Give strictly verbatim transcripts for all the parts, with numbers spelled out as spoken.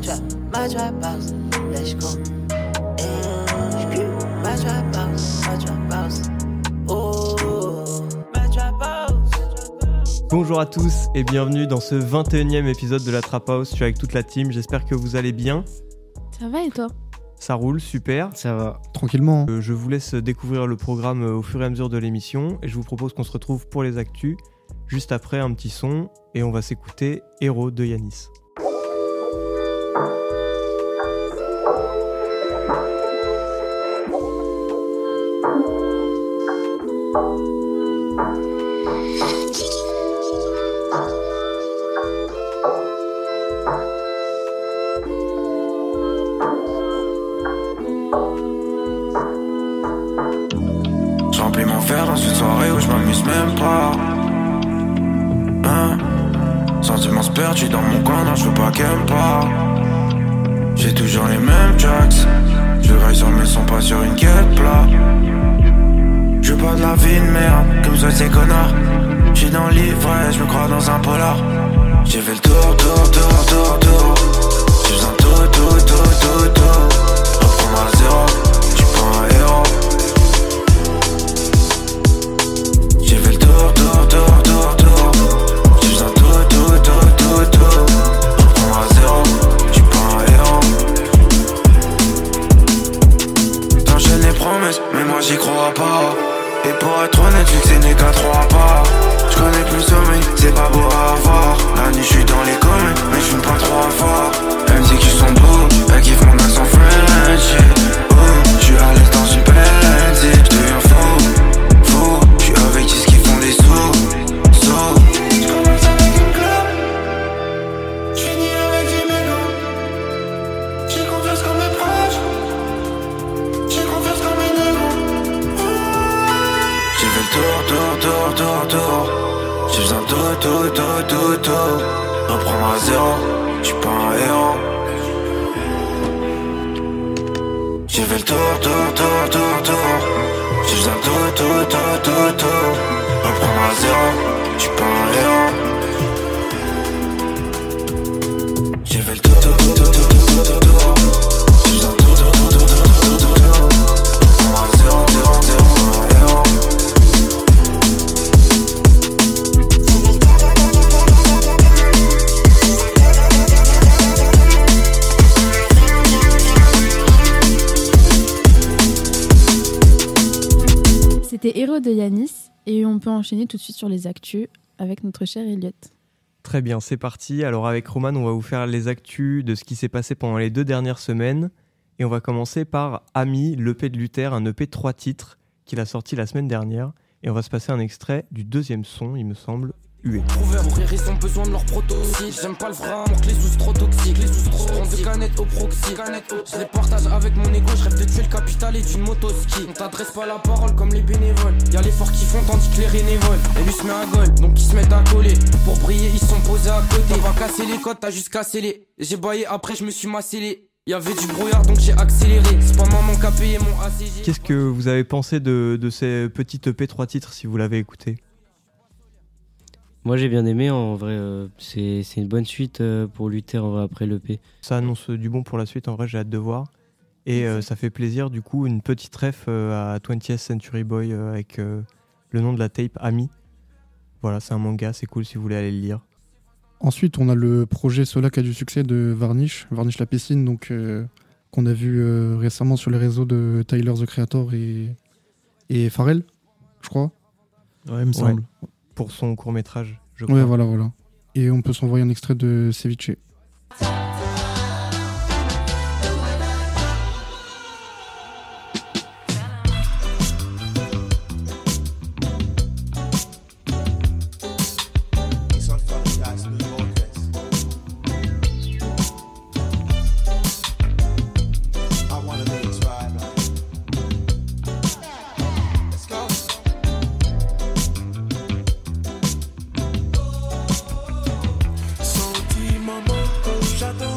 trap, my trap house, let's go. My trap house, my trap house, oh, my trap house. Bonjour à tous et bienvenue dans ce vingt et unième épisode de la Trap House. Je suis avec toute la team, j'espère que vous allez bien. Ça va et toi ? Ça roule, super. Ça va. Tranquillement. Euh, je vous laisse découvrir le programme au fur et à mesure de l'émission et je vous propose qu'on se retrouve pour les actus juste après un petit son et on va s'écouter Héros de Yanis. J'remplis mon verre dans une soirée où je m'amuse même pas. Hein? Sentiments perdus dans mon coin, non je veux pas qu'elle me parle. J'ai toujours les mêmes tracks. Je raille sur mes sons, pas sur une quête plat. Je veux pas de la vie de merde, comme ça ces connards. J'suis dans l'ivraie, je me crois dans un polar. J'ai fait le tour, tour, tour, tour, tour. J'ai besoin de tout, tout, tout, tout, tout. Reprendre à zéro, j'suis pas un héros. J'ai fait le tour, tour, tour, tour, tour. J'ai besoin de tout, tout, tout, tout, tout. Reprendre à zéro, j'suis pas un héros. T'enchaînes les promesses, mais moi j'y crois pas. Et pour être honnête, vu que c'est né qu'à trois pas. J'connais plus le sommeil, c'est pas beau à avoir. La nuit j'suis dans les communs, mais j'fume pas trois fois. Elle me dit qu'ils sont beaux, elle kiffe mon accent French. Oh, j'suis à l'aise dans une Bentley. J'deviens fou, fou. J'suis avec dix qui font des sous, sous. J'commence avec une club, j'finis avec des mégots. J'ai confiance comme mes proches, j'ai confiance comme mes négos. J'ai fait le tour, tour, tour, tour, tour. J'ai besoin de tout, tout, tout, tout, tout. Reprendre à zéro, j'suis pas un héros. J'ai fait le tour, tour, tour, tour, tour. J'ai besoin de tout, tout, tout, tout, tout. Reprendre à zéro, j'suis pas un héros. J'ai fait le tour, tour, tour, tour, tour, tour, tour. J'ai besoin de tout, tout, tout, tout, tout, tout, tout. Reprendre à zéro, zéro, zéro, un héros. C'était Héros de Yanis et on peut enchaîner tout de suite sur les actus avec notre cher Elliot. Très bien, c'est parti. Alors avec Roman, on va vous faire les actus de ce qui s'est passé pendant les deux dernières semaines. Et on va commencer par Ami, l'E P de Luther, un E P de trois titres qu'il a sorti la semaine dernière. Et on va se passer un extrait du deuxième son, il me semble, Hué. Pour rire, ils ont besoin de leur protoxyde. J'aime pas le vrai amour, que les sous trop toxiques. Les sous trop prends deux canettes au proxy. Je les partage avec mon ego, je rêve de tuer le capital et d'une moto-ski. On t'adresse pas la parole comme les bénévoles. Y'a les forts qui font tandis que les rénévoles. Et lui se met à gueule, donc ils se mettent à coller. Pour briller, ils sont posés à côté. On va casser les codes, t'as juste cassé les. J'ai baillé, après je me suis massé les. Y'avait du brouillard donc j'ai accéléré. C'est pas maman qui a payé mon A C G. Qu'est-ce que vous avez pensé de, de ces petits E P trois titres si vous l'avez écouté ? Moi j'ai bien aimé, en vrai, euh, c'est, c'est une bonne suite euh, pour Luther en vrai, après l'E P. Ça annonce du bon pour la suite, en vrai j'ai hâte de voir. Et euh, ça fait plaisir du coup, une petite ref euh, à twentieth Century Boy euh, avec euh, le nom de la tape, Ami. Voilà, c'est un manga, c'est cool si vous voulez aller le lire. Ensuite, on a le projet Sola qui a du succès de Varnish, Varnish la piscine, donc, euh, qu'on a vu euh, récemment sur les réseaux de Tyler the Creator et, et Pharrell, je crois. Ouais, il me semble. Ouais. Pour son court-métrage, je crois. Ouais, voilà, voilà. Et on peut s'envoyer un extrait de Ceviche. J'adore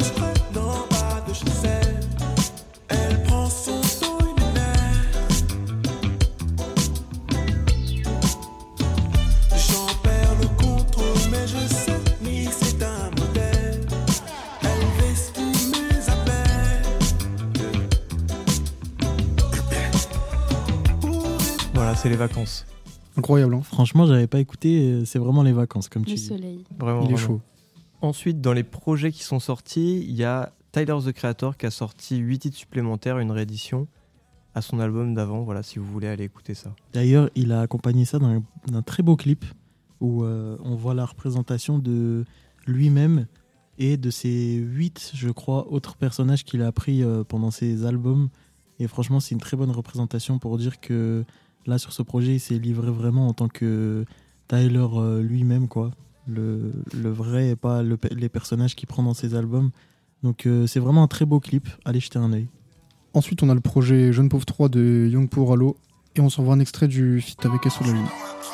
c'est les vacances. Incroyable, hein. Franchement, j'avais pas écouté. C'est vraiment les vacances, comme tu Le dis. soleil. Vraiment, Il est vraiment. chaud. Ensuite, dans les projets qui sont sortis, il y a Tyler the Creator qui a sorti huit titres supplémentaires, une réédition à son album d'avant. Voilà, si vous voulez aller écouter ça. D'ailleurs, il a accompagné ça d'un, d'un très beau clip où euh, on voit la représentation de lui-même et de ses huit, je crois, autres personnages qu'il a pris euh, pendant ses albums. Et franchement, c'est une très bonne représentation pour dire que là, sur ce projet, il s'est livré vraiment en tant que Tyler euh, lui-même, quoi. Le, le vrai et pas le, les personnages qu'il prend dans ses albums. Donc euh, c'est vraiment un très beau clip. Allez jeter un œil. Ensuite, on a le projet Jeune Pauvre trois de Young Poor Halo. Et on s'envoie un extrait du feat avec S O la Lune.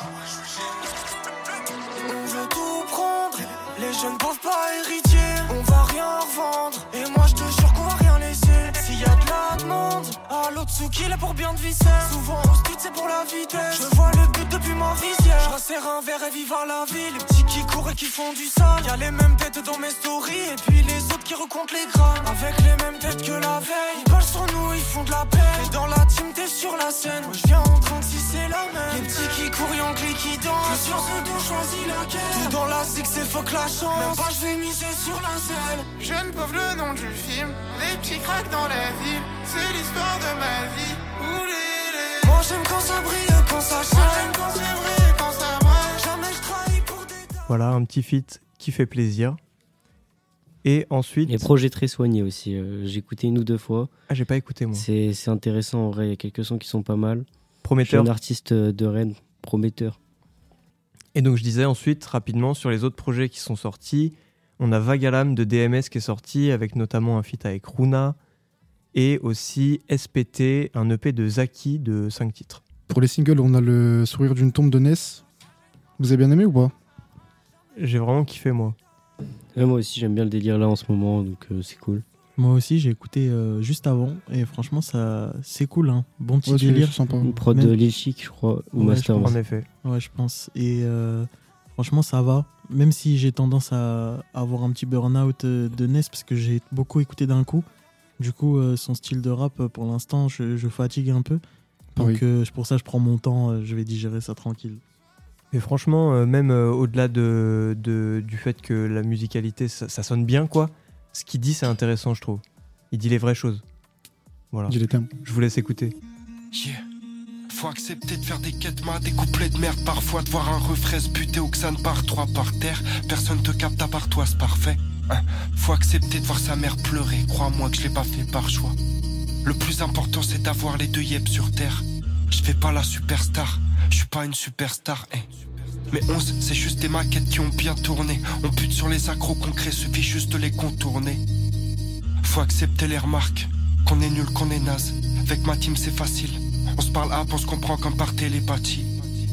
On veut tout prendre, les jeunes pauvres pas héritiers. On va rien revendre, et moi je te jure qu'on va rien laisser. S'il y a de la demande, à l'autre sous qu'il est pour bien de visser. Souvent on se dit c'est pour la vitesse. Je vois le but depuis ma visière. Je resserre un verre et vive à la vie. Les petits qui courent et qui font du sale. Y'a les mêmes têtes dans mes stories, et puis les autres qui recomptent les grammes. Avec les mêmes têtes que la veille. Ils parlent sur nous, ils font de la peine. Et dans la team t'es sur la scène. Moi je viens en trente-six, c'est la même. Les petits qui courent et anglais qui dansent. Sur ce dos choisis laquelle. Tout dans la zig c'est fuck la chance. Même pas je vais miser sur la selle. Jeune pauvre, le nom du film. Les petits cracks dans la ville. C'est l'histoire de ma vie. Oulé. Moi j'aime quand ça brille, quand ça Moi shine. j'aime quand c'est vrai, quand ça brille. Jamais je trahis pour des tas. Voilà, un petit feat qui fait plaisir. Et ensuite... Les projets très soignés aussi. Euh, j'ai écouté une ou deux fois. Ah, j'ai pas écouté, moi. C'est, c'est intéressant en vrai. Il y a quelques sons qui sont pas mal. Prometteur. Jeune artiste de Rennes, prometteur. Et donc, je disais ensuite, rapidement, sur les autres projets qui sont sortis, on a Vagalam de D M S qui est sorti, avec notamment un feat avec Runa, et aussi S P T, un E P de Zaki de cinq titres. Pour les singles, on a le Sourire d'une tombe de Ness. Vous avez bien aimé ou pas? J'ai vraiment kiffé, moi. Ouais, moi aussi, j'aime bien le délire là en ce moment, donc euh, c'est cool. Moi aussi, j'ai écouté euh, juste avant et franchement, ça, c'est cool, hein. Bon petit Ouais, c'est- délire. c'est sympa. Une prod Même- de Lil Chic, je crois, ou Ouais, Master. je En effet. Ouais, je pense. Et euh, franchement, ça va. Même si j'ai tendance à avoir un petit burn-out euh, de Ness parce que j'ai beaucoup écouté d'un coup. Du coup, euh, son style de rap, euh, pour l'instant, je, je fatigue un peu. Pareil. Donc, euh, pour ça, je prends mon temps. euh, je vais digérer ça tranquille. Mais franchement, euh, même euh, au-delà de, de- du fait que la musicalité, ça, ça sonne bien, quoi, ce qu'il dit, c'est intéressant, je trouve. Il dit les vraies choses. Voilà. Dis les termes. Je vous laisse écouter. Yeah. Faut accepter de faire des quêtes mat, des couplets de merde. Parfois de voir un refrain se buter ou que ça ne part trois par terre. Personne te capte à part toi, c'est parfait. Hein. Faut accepter de voir sa mère pleurer. Crois-moi que je l'ai pas fait par choix. Le plus important c'est d'avoir les deux yep sur terre. Je fais pas la superstar, je suis pas une superstar. Hein. Mais onze, c'est juste des maquettes qui ont bien tourné. On bute sur les accros concrets, suffit juste de les contourner. Faut accepter les remarques, qu'on est nul, qu'on est naze. Avec ma team c'est facile. On se parle up, on se comprend comme par télépathie.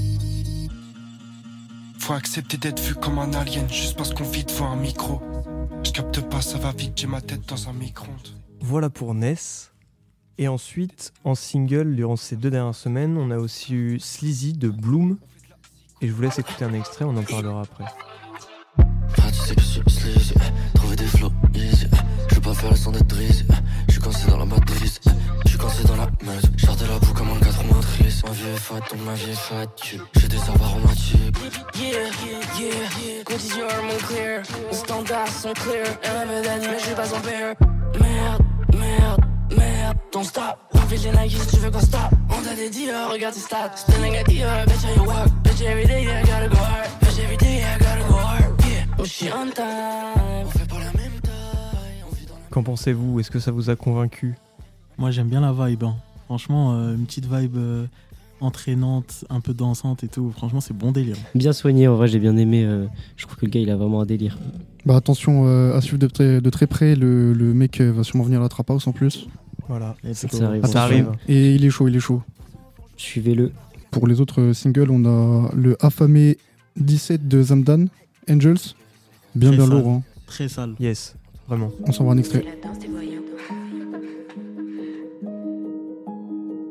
Faut accepter d'être vu comme un alien juste parce qu'on vit devant un micro. Je capte pas, ça va vite, j'ai ma tête dans un micro-ondes. Voilà pour Ness. Et ensuite, en single, durant ces deux dernières semaines, on a aussi eu Sleazy de Bloom. Et je vous laisse écouter un extrait, on en parlera après. Ah, tu sais que je suis sleazy, eh, trouver des flows easy, eh, je veux pas faire le son d'être drizzy, eh, je suis coincé dans la matrice, eh, je suis coincé dans la meute, je de la boue comme un quatre motrices. Ma vie est fat, donc ma vie est fat, j'ai des savoirs aromatiques. Yeah, yeah, yeah, quotidien mon clear, les standards sont clear, un rêve mais je suis pas en pair. Merde, merde, merde, don't stop, on fait les Nike si tu veux qu'on stop. On a des dealers, regarde tes stats, spinning a dealer, bitch how you work, bitch every day I gotta go hard, bitch every day I gotta go hard, yeah, oh je suis on time, on fait pas la même taille, on vit dans la... Qu'en pensez-vous? Est-ce que ça vous a convaincu? Moi, j'aime bien la vibe. Hein. Franchement, euh, une petite vibe euh, entraînante, un peu dansante et tout. Franchement, c'est bon délire. Bien soigné, en vrai, j'ai bien aimé. euh, je trouve que le gars, il a vraiment un délire. Bah attention euh, à suivre de très, de très près. Le, le mec euh, va sûrement venir à la Trap House en plus. Voilà. Et Ça plutôt- arrive. Ça arrive. Et il est chaud, il est chaud. Suivez-le. Pour les autres euh, singles, on a le Affamé dix-sept de Zamdan, Angels. Bien, Très bien sale. lourd. Hein. Très sale. Yes, vraiment. On s'en va un extrait. Donne-moi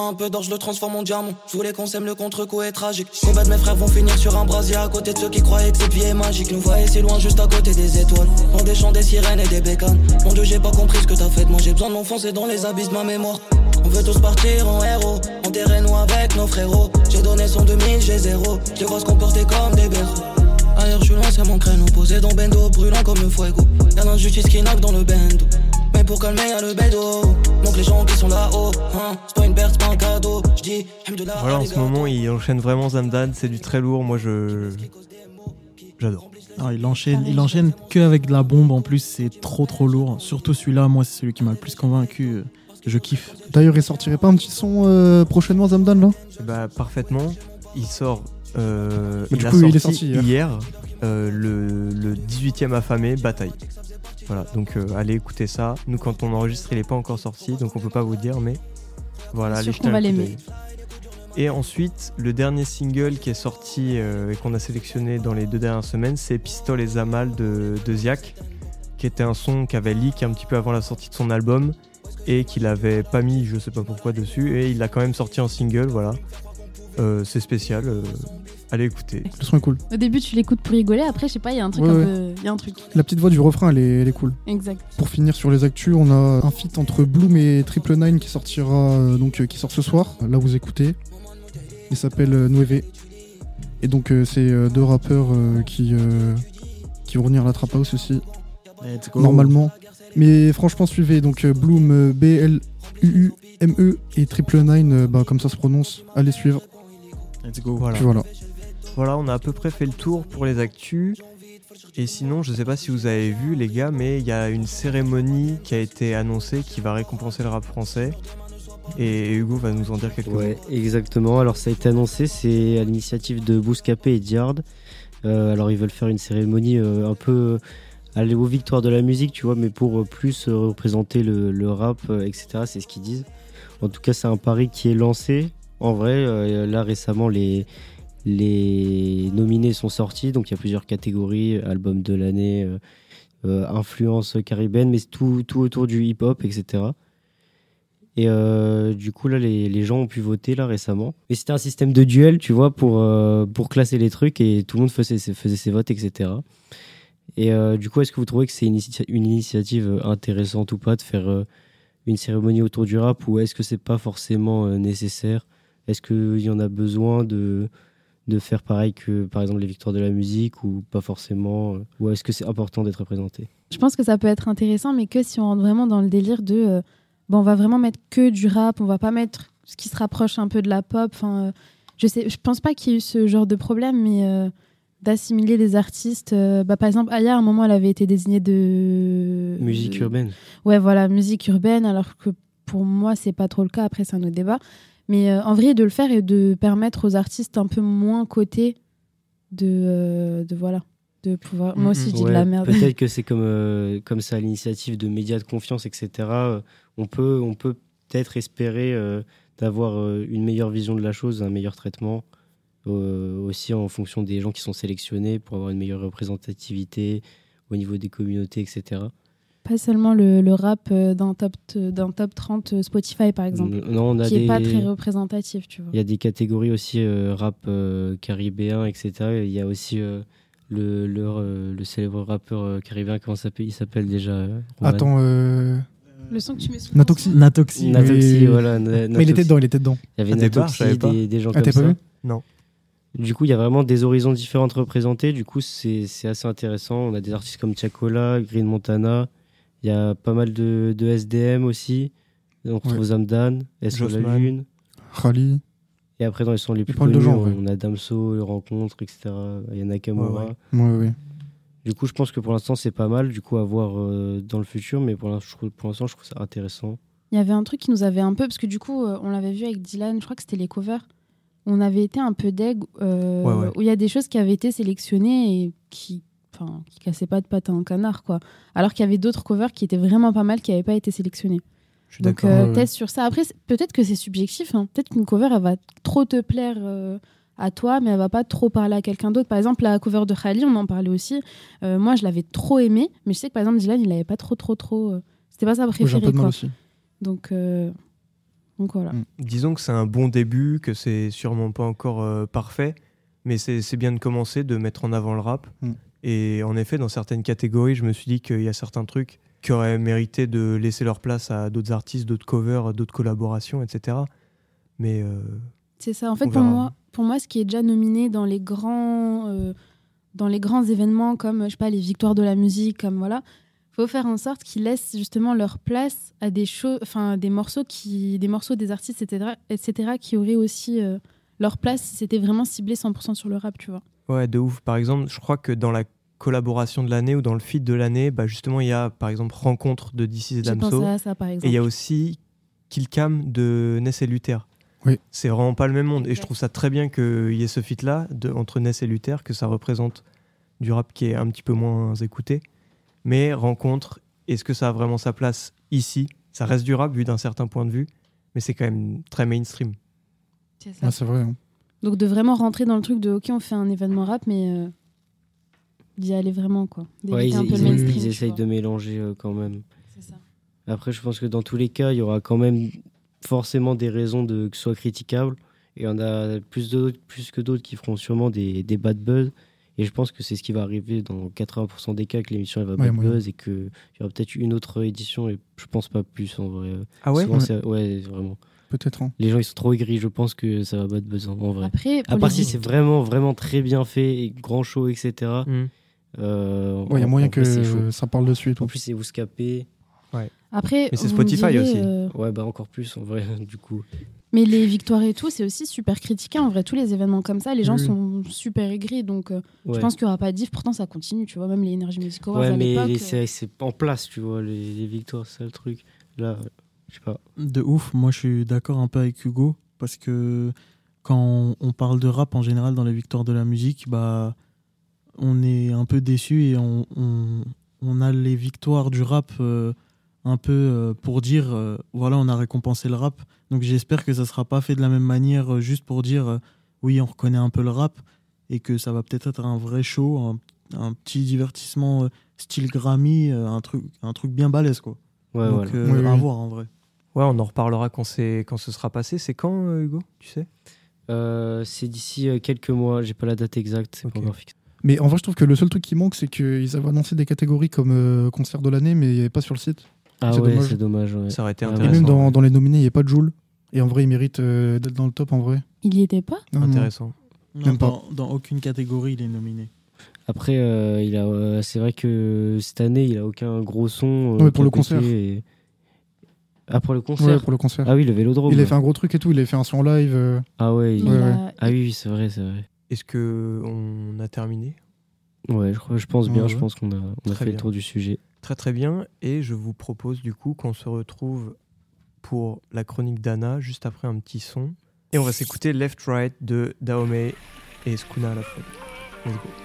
un peu d'or, je le transforme en diamant. Je voulais qu'on s'aime, le contre-coup est tragique. Combien de mes frères vont finir sur un brasier à côté de ceux qui croyaient que cette vie est magique. Nous voyons si loin, juste à côté des étoiles. Dans des champs, des sirènes et des bécanes. Mon Dieu, j'ai pas compris ce que t'as fait de moi. J'ai besoin de m'enfoncer dans les abysses de ma mémoire. On veut tous partir en héros, enterrez-nous avec nos frérots. J'ai donné son deux mille, j'ai zéro. Je les vois se comporter comme des berceaux. Ailleurs je suis loin, c'est mon créneau. Posé dans bendo, brûlant comme le fuego. Y'a l'injustice qui knock dans le bendo. Mais pour calmer y'a le bédo. Donc les gens qui sont là-haut, hein, c'est pas une perte, c'est pas un cadeau. J'dis, voilà, en ce moment il enchaîne vraiment Zamdan, c'est du très lourd. Moi je. J'adore. Alors, il enchaîne, il enchaîne que avec de la bombe en plus, c'est trop trop lourd. Surtout celui-là, moi c'est celui qui m'a le plus convaincu. Je kiffe. D'ailleurs, il sortirait pas un petit son euh, prochainement, Zamdan, là ? Bah, parfaitement. Il sort. Euh, il il a coup, sorti, il est sorti hier, hier euh, le, le dix-huitième affamé, Bataille. Voilà, donc euh, allez écouter ça. Nous, quand on enregistre, il n'est pas encore sorti, donc on peut pas vous dire, mais voilà, allez jeter un coup d'œil. Et ensuite, le dernier single qui est sorti euh, et qu'on a sélectionné dans les deux dernières semaines, c'est Pistol et Zamal de, de Ziak, qui était un son qui avait leak un petit peu avant la sortie de son album et qu'il avait pas mis, je sais pas pourquoi, dessus, et il l'a quand même sorti en single, voilà. Euh, c'est spécial, euh, allez écouter. Le son est cool. Au début, tu l'écoutes pour rigoler, après, je sais pas, il y a un truc ouais, un ouais. peu. Il y a un truc. La petite voix du refrain, elle est, elle est cool. Exact. Pour finir sur les actus, on a un feat entre Bloom et Triple Nine qui sortira, euh, donc euh, qui sort ce soir. Là, vous écoutez. Il s'appelle euh, Nueve. Et donc, euh, c'est euh, deux rappeurs euh, qui, euh, qui vont venir à la Trap House aussi. Let's go. Normalement. Mais franchement, suivez. Donc, euh, Bloom, euh, B L U U M E et Triple Nine, euh, bah, comme ça se prononce. Allez suivre. Let's go. Voilà. Puis voilà. Voilà, on a à peu près fait le tour pour les actus. Et sinon, je sais pas si vous avez vu, les gars, mais il y a une cérémonie qui a été annoncée qui va récompenser le rap français. Et Hugo va nous en dire quelques mots. Ouais, exactement. Alors, ça a été annoncé, c'est à l'initiative de Bouscapé et Diard. Euh, alors, ils veulent faire une cérémonie euh, un peu aller aux victoires de la musique, tu vois, mais pour euh, plus euh, représenter le, le rap, euh, et cetera. C'est ce qu'ils disent. En tout cas, c'est un pari qui est lancé. En vrai, euh, là, récemment, les. Les nominés sont sortis, donc il y a plusieurs catégories, album de l'année, euh, euh, influence caribéenne, mais tout, tout autour du hip-hop, et cetera. Et euh, du coup, là, les, les gens ont pu voter là récemment. Et c'était un système de duel, tu vois, pour, euh, pour classer les trucs, et tout le monde faisait, faisait ses votes, et cetera. Et euh, du coup, est-ce que vous trouvez que c'est une, initia- une initiative intéressante ou pas de faire euh, une cérémonie autour du rap, ou est-ce que c'est pas forcément euh, nécessaire ? Est-ce qu'il y en a besoin de... de faire pareil que par exemple les victoires de la musique ou pas forcément, ou est-ce que c'est important d'être représenté ? Je pense que ça peut être intéressant, mais que si on rentre vraiment dans le délire de euh, bon, on va vraiment mettre que du rap, on va pas mettre ce qui se rapproche un peu de la pop. Enfin, euh, je sais, je pense pas qu'il y ait eu ce genre de problème, mais euh, d'assimiler des artistes. Euh, bah, par exemple, Aya, à un moment, elle avait été désignée de musique de... urbaine. Ouais, voilà, musique urbaine, alors que pour moi, c'est pas trop le cas. Après, c'est un autre débat. Mais euh, en vrai, de le faire et de permettre aux artistes un peu moins cotés de, euh, de voilà, de pouvoir. Moi aussi, je dis ouais, de la merde. Peut-être que c'est comme, euh, comme ça, l'initiative de médias de confiance, et cetera. On peut, on peut peut-être espérer euh, d'avoir euh, une meilleure vision de la chose, un meilleur traitement, euh, aussi en fonction des gens qui sont sélectionnés pour avoir une meilleure représentativité au niveau des communautés, et cetera. Pas seulement le, le rap euh, d'un top, t- d'un top trente Spotify, par exemple, non, on a qui n'est des... pas très représentatif, tu vois. Il y a des catégories aussi euh, rap euh, caribéen, et cetera. Il y a aussi euh, le, le, euh, le célèbre rappeur euh, caribéen, comment ça s'appelle, il s'appelle déjà euh, Attends, euh... le son que tu mets sous Natoxi. Natoxi. Natoxi, mais... voilà. Na- mais il était dedans, il était dedans. Il y avait ah, Natoxi, des, bars, des, des gens ah, comme t'as pas ça. vu ? Non. Du coup, il y a vraiment des horizons différents représentés. Du coup, c'est, c'est assez intéressant. On a des artistes comme Chacola, Green Montana. Il y a pas mal de, de S D M aussi. On retrouve Ouais. Zamdan, S sur la Jossman. Lune. Khali. Et après, dans les sons les Il plus parle de connus, gens, ouais. on a Damso, Le Rencontre, et cetera. Il y a Nakamura. Ouais, ouais. Ouais, ouais. Du coup, je pense que pour l'instant, c'est pas mal. Du coup, à voir euh, dans le futur. Mais pour l'instant, je trouve, pour l'instant, je trouve ça intéressant. Il y avait un truc qui nous avait un peu... Parce que du coup, euh, on l'avait vu avec Dylan, je crois que c'était les covers. On avait été un peu deg, euh, Ouais, ouais. où il y a des choses qui avaient été sélectionnées et qui... Enfin, qui cassaient pas de pattes à un canard, quoi. Alors qu'il y avait d'autres covers qui étaient vraiment pas mal, qui n'avaient pas été sélectionnés. Je suis Donc, d'accord. euh, ouais. test sur ça. Après, c'est- peut-être que c'est subjectif. Hein. Peut-être qu'une cover, elle va trop te plaire euh, à toi, mais elle va pas trop parler à quelqu'un d'autre. Par exemple, la cover de Khali, on en parlait aussi. Euh, moi, je l'avais trop aimée, mais je sais que par exemple, Dylan, il l'avait pas trop, trop, trop. euh, C'était pas sa Moi, j'ai un préférée, peu de mal quoi. aussi. Donc, euh, Donc voilà. Mm. Disons que c'est un bon début, que c'est sûrement pas encore euh, parfait, mais c'est, c'est bien de commencer, de mettre en avant le rap. Mm. Et en effet, dans certaines catégories, je me suis dit qu'il y a certains trucs qui auraient mérité de laisser leur place à d'autres artistes, d'autres covers, d'autres collaborations, et cetera. Mais euh, c'est ça. En fait, pour moi, pour moi, ce qui est déjà nominé dans les grands, euh, dans les grands événements comme, je sais pas, les victoires de la musique, comme voilà, faut faire en sorte qu'ils laissent justement leur place à des choses, enfin des morceaux qui, des morceaux des artistes, et cetera, et cetera, qui auraient aussi euh, leur place si c'était vraiment ciblé cent pour cent sur le rap, tu vois. Ouais, de ouf. Par exemple, je crois que dans la collaboration de l'année ou dans le feat de l'année, bah justement, il y a par exemple Rencontre de D C et Damso. J'ai pensé à ça, par exemple. Et il y a aussi Kill Cam de Ness et Luther. Oui. C'est vraiment pas le même monde. Et je trouve ça très bien qu'il y ait ce feat-là de, entre Ness et Luther, que ça représente du rap qui est un petit peu moins écouté. Mais Rencontre, est-ce que ça a vraiment sa place ici ? Ça reste du rap vu d'un certain point de vue, mais c'est quand même très mainstream. C'est ça. Ah, c'est vrai. Hein. Donc de vraiment rentrer dans le truc de ok, on fait un événement rap, mais euh, d'y aller vraiment, quoi. Ouais, ils, un peu ils, le mainstream, ils essayent vois. de mélanger euh, quand même. C'est ça. Après, je pense que dans tous les cas, il y aura quand même forcément des raisons de que ce soit critiquable. Et il y en a plus, de, plus que d'autres qui feront sûrement des, des bad buzz. Et je pense que c'est ce qui va arriver dans quatre-vingts pour cent des cas, que l'émission elle va Ouais, bad ouais. buzz et qu'il y aura peut-être une autre édition. Et je pense pas plus en vrai. Ah ouais, Souvent, ouais. c'est- ouais, vraiment. Peut-être. Hein. Les gens ils sont trop aigris, je pense que ça va bad buzz en en vrai. Après, pour À part les- si c'est vraiment, vraiment très bien fait et grand show, et cetera. Mm. Euh, Ouais, il y a en- moyen en vrai, c'est chaud. que ça parle dessus et tout. En plus, c'est Bouscapé. Après, Mais c'est vous me Spotify direz, aussi. euh, Ouais, bah encore plus en vrai, du coup. Mais les victoires et tout, c'est aussi super critiqué. En vrai, tous les événements comme ça, les gens Oui. sont super aigris. Donc, euh, je Ouais. pense qu'il n'y aura pas de diff. Pourtant, ça continue. Tu vois, même les Energy Music Awards Ouais, à mais l'époque. les- euh, c'est c'est en place, tu vois, les, les victoires, c'est ça le truc. Là, je sais pas. De ouf, moi je suis d'accord un peu avec Hugo, parce que quand on parle de rap en général dans les victoires de la musique, bah, on est un peu déçu et on, on, on a les victoires du rap euh, un peu euh, pour dire euh, voilà, on a récompensé le rap. Donc j'espère que ça sera pas fait de la même manière, euh, juste pour dire euh, oui, on reconnaît un peu le rap, et que ça va peut-être être un vrai show, un, un petit divertissement euh, style Grammy, euh, un, truc, un truc bien balèze, quoi. Ouais, Donc voilà. euh, Oui, oui. à voir en vrai. Ouais, on en reparlera quand, c'est, quand ce sera passé. C'est quand, euh, Hugo ? Tu sais ? Euh, c'est d'ici euh, quelques mois, j'ai pas la date exacte, c'est Ok. pas encore fixé. Mais en vrai, je trouve que le seul truc qui manque, c'est qu'ils avaient annoncé des catégories comme euh, concert de l'année, mais il n'y avait pas sur le site. Ah C'est ouais, dommage. c'est dommage. Ouais. Ça aurait été Ah, Et intéressant. même dans, ouais. dans les nominés, il n'y a pas de Jul. Et en vrai, il mérite euh, d'être dans le top en vrai. Il y était pas Non, non. Intéressant. Non, Même pas. dans, dans aucune catégorie, il est nominé. Après, euh, il a, euh, c'est vrai que cette année, il a aucun gros son. euh, Non, mais pour le qui a pété concert. et- Ah, pour le concert Ouais, pour le concert. Ah oui, le vélodrome. Il a fait un gros truc et tout. Il a fait un son live. euh, Ah ouais, il- Il Ouais, a- Ah oui, oui, c'est vrai, c'est vrai. Est-ce qu'on a terminé ? Ouais, je, crois- je pense bien, Ouais, je ouais. pense qu'on a, on a Très fait le bien. tour du sujet. Très très bien. Et je vous propose du coup qu'on se retrouve pour la chronique d'Anna juste après un petit son. Et on va s'écouter Left Right de Dahomey et Skuna à la fois. Let's go.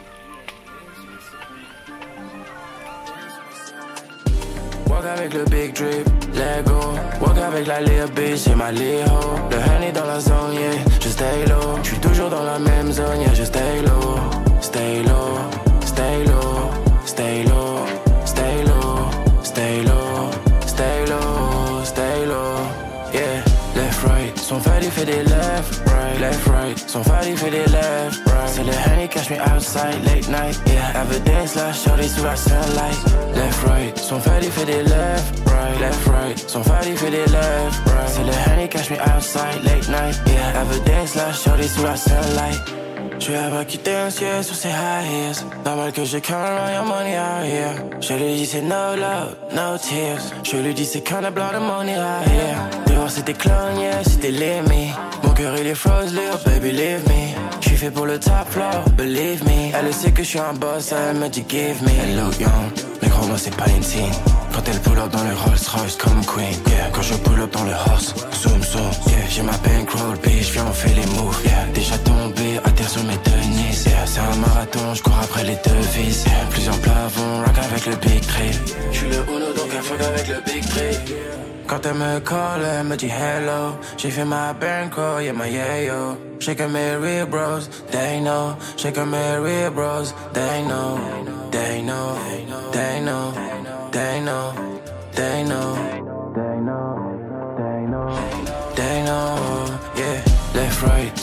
Walk avec le big drip, let go. Walk avec la little bitch, c'est ma little hoe. Le honey dans la zone, yeah, je stay low. J'suis toujours dans la même zone, yeah, je stay low. Stay low, stay low, stay low, stay low, stay low, stay low, stay low. Yeah, left right, son fat il fait des left, right, left right. Son fat il fait des left, right. C'est le honey catch me outside late night, yeah. Evidence là, shorty sous la sunlight. Left right, son fat il fait des left, right, left right. Son fat il fait des left, right. C'est le honey catch me outside late night, yeah. Evidence là, shorty sous la sunlight. Je vais pas quitter un ciel sur ses high heels. Normal que je count around your money out here. Je lui dis c'est no love, no tears. Je lui dis c'est kinda blood of money out here. Dehors c'était clown, yeah, c'était limit. Mon cœur il est froze, little baby, leave me. J'suis fait pour le top floor, believe me. Elle sait que j'suis un boss, elle me dit give me. Elle look young, mais gros moi c'est pas intime. Quand elle pull up dans le Rolls Royce comme Queen, yeah. Quand je pull up dans le horse, zoom zoom, yeah. J'ai ma bankroll, bitch, viens on fait les moves, yeah. Déjà tombé, à terre sur mes deux knees, yeah. C'est un marathon, j'cours après les devises, yeah. Plusieurs plavons, rock avec le big three. J'suis le Uno donc elle fuck avec le big three. Quand elle me call, elle me dit hello. J'ai fait ma bankroll, yeah, my yayo. J'ai que mes real bros, they know. J'ai que mes real bros, they know. They know, they know, they know, they know, they know, they know, they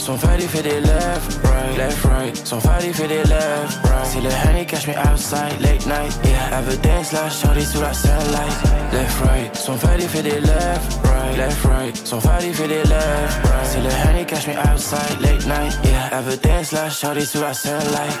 Son fait il fait des left, right, left, right. Son fait il fait des left, right. Si le honey catch me outside, late night, yeah. Evidence là, shorty sous la sunlight. Left, right. Son fait il fait des left, right, left, right. Son fait il fait des left, right. Si le honey catch me outside, late night, yeah. Evidence là, shorty sous la sunlight.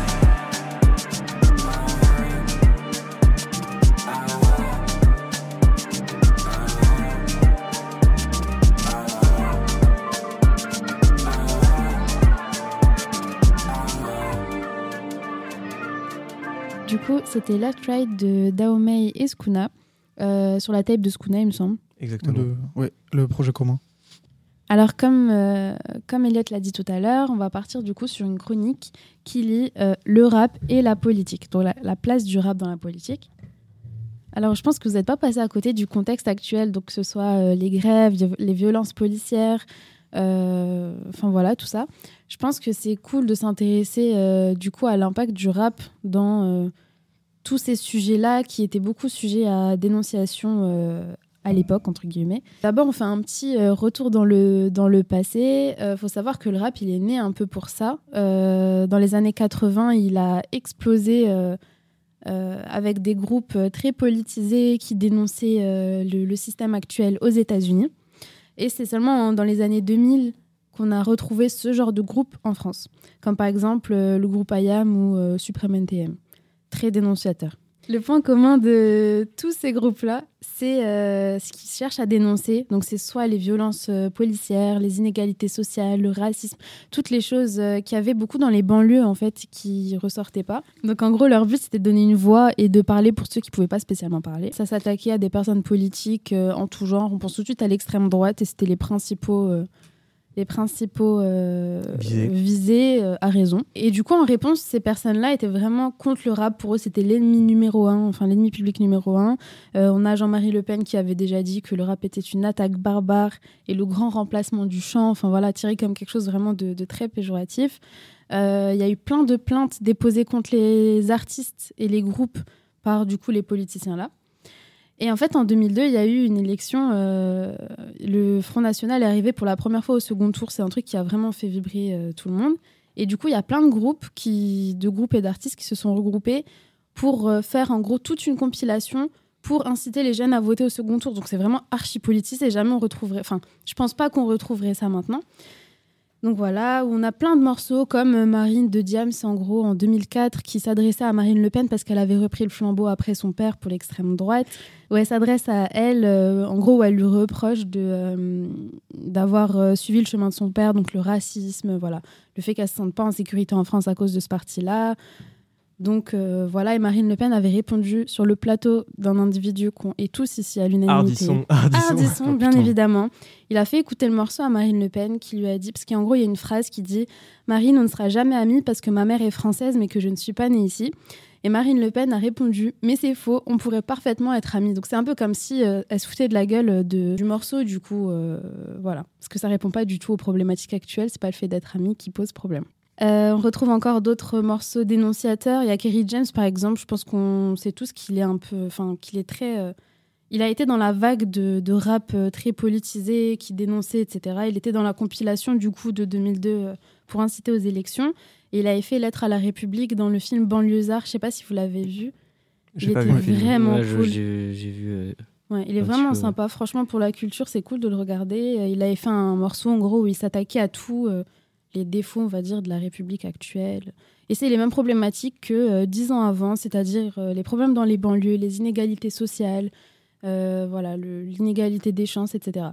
Du coup, c'était Left Right de Dahomey et Skuna, euh, sur la tape de Skuna, il me semble. Exactement. Le, ouais, le projet commun. Alors, comme, euh, comme Elliot l'a dit tout à l'heure, on va partir du coup sur une chronique qui lie euh, le rap et la politique, donc la, la place du rap dans la politique. Alors, je pense que vous n'êtes pas passé à côté du contexte actuel, donc que ce soit euh, les grèves, les violences policières, euh, enfin voilà, tout ça. Je pense que c'est cool de s'intéresser euh, du coup à l'impact du rap dans euh, tous ces sujets-là qui étaient beaucoup sujets à dénonciation euh, à l'époque, entre guillemets. D'abord, on fait un petit euh, retour dans le, dans le passé. Il euh, faut savoir que le rap, il est né un peu pour ça. Euh, dans les années quatre-vingts, il a explosé euh, euh, avec des groupes très politisés qui dénonçaient euh, le, le système actuel aux États-Unis. Et c'est seulement dans les années deux mille qu'on a retrouvé ce genre de groupe en France, comme par exemple euh, le groupe I A M ou euh, Supreme N T M, très dénonciateur. Le point commun de tous ces groupes-là, c'est euh, ce qu'ils cherchent à dénoncer. Donc c'est soit les violences euh, policières, les inégalités sociales, le racisme, toutes les choses euh, qu'il y avait beaucoup dans les banlieues en fait, qui ressortaient pas. Donc en gros, leur but, c'était de donner une voix et de parler pour ceux qui pouvaient pas spécialement parler. Ça s'attaquait à des personnes politiques euh, en tout genre. On pense tout de suite à l'extrême droite et c'était les principaux... Euh, les principaux euh, visés, visés euh, à raison. Et du coup, en réponse, ces personnes-là étaient vraiment contre le rap. Pour eux, c'était l'ennemi numéro un, enfin l'ennemi public numéro un. Euh, on a Jean-Marie Le Pen qui avait déjà dit que le rap était une attaque barbare et le grand remplacement du chant, enfin voilà, tiré comme quelque chose vraiment de, de très péjoratif. Il euh, y a eu plein de plaintes déposées contre les artistes et les groupes par du coup les politiciens là. Et en fait, en deux mille deux, il y a eu une élection. Euh, le Front National est arrivé pour la première fois au second tour. C'est un truc qui a vraiment fait vibrer euh, tout le monde. Et du coup, il y a plein de groupes, qui, de groupes et d'artistes qui se sont regroupés pour euh, faire en gros toute une compilation pour inciter les jeunes à voter au second tour. Donc c'est vraiment archi politisé. Jamais on retrouverait. Enfin, je pense pas qu'on retrouverait ça maintenant. Donc voilà, où on a plein de morceaux comme Marine de Diams, en gros, en deux mille quatre, qui s'adressait à Marine Le Pen parce qu'elle avait repris le flambeau après son père pour l'extrême droite, où elle s'adresse à elle, euh, en gros, où elle lui reproche de, euh, d'avoir euh, suivi le chemin de son père, donc le racisme, voilà, le fait qu'elle ne se sente pas en sécurité en France à cause de ce parti-là. Donc euh, voilà, et Marine Le Pen avait répondu sur le plateau d'un individu qu'on est tous ici à l'unanimité. Ardisson, Ardisson, Ardisson oh, bien putain. évidemment. Il a fait écouter le morceau à Marine Le Pen qui lui a dit, parce qu'en gros il y a une phrase qui dit « Marine, on ne sera jamais amis parce que ma mère est française mais que je ne suis pas née ici ». Et Marine Le Pen a répondu « Mais c'est faux, on pourrait parfaitement être amis ». Donc c'est un peu comme si euh, elle se foutait de la gueule de, du morceau, du coup, euh, voilà. Parce que ça répond pas du tout aux problématiques actuelles, c'est pas le fait d'être amis qui pose problème. Euh, on retrouve encore d'autres morceaux dénonciateurs. Il y a Kerry James, par exemple. Je pense qu'on sait tous qu'il est un peu, enfin, qu'il est très. Euh, il a été dans la vague de, de rap euh, très politisé, qui dénonçait, et cetera. Il était dans la compilation du coup de deux mille deux euh, pour inciter aux élections. Et il avait fait Lettre à la République dans le film Banlieusard. Je sais pas si vous l'avez vu. J'ai il pas était vu le film. vraiment Ouais, je- cool. j'ai, j'ai vu. euh, Ouais, il est un vraiment petit peu, sympa. Franchement, pour la culture, c'est cool de le regarder. Euh, Il avait fait un morceau, en gros, où il s'attaquait à tout, euh, les défauts, on va dire, de la République actuelle. Et c'est les mêmes problématiques que euh, dix ans avant, c'est-à-dire euh, les problèmes dans les banlieues, les inégalités sociales, euh, voilà, le- l'inégalité des chances, et cetera.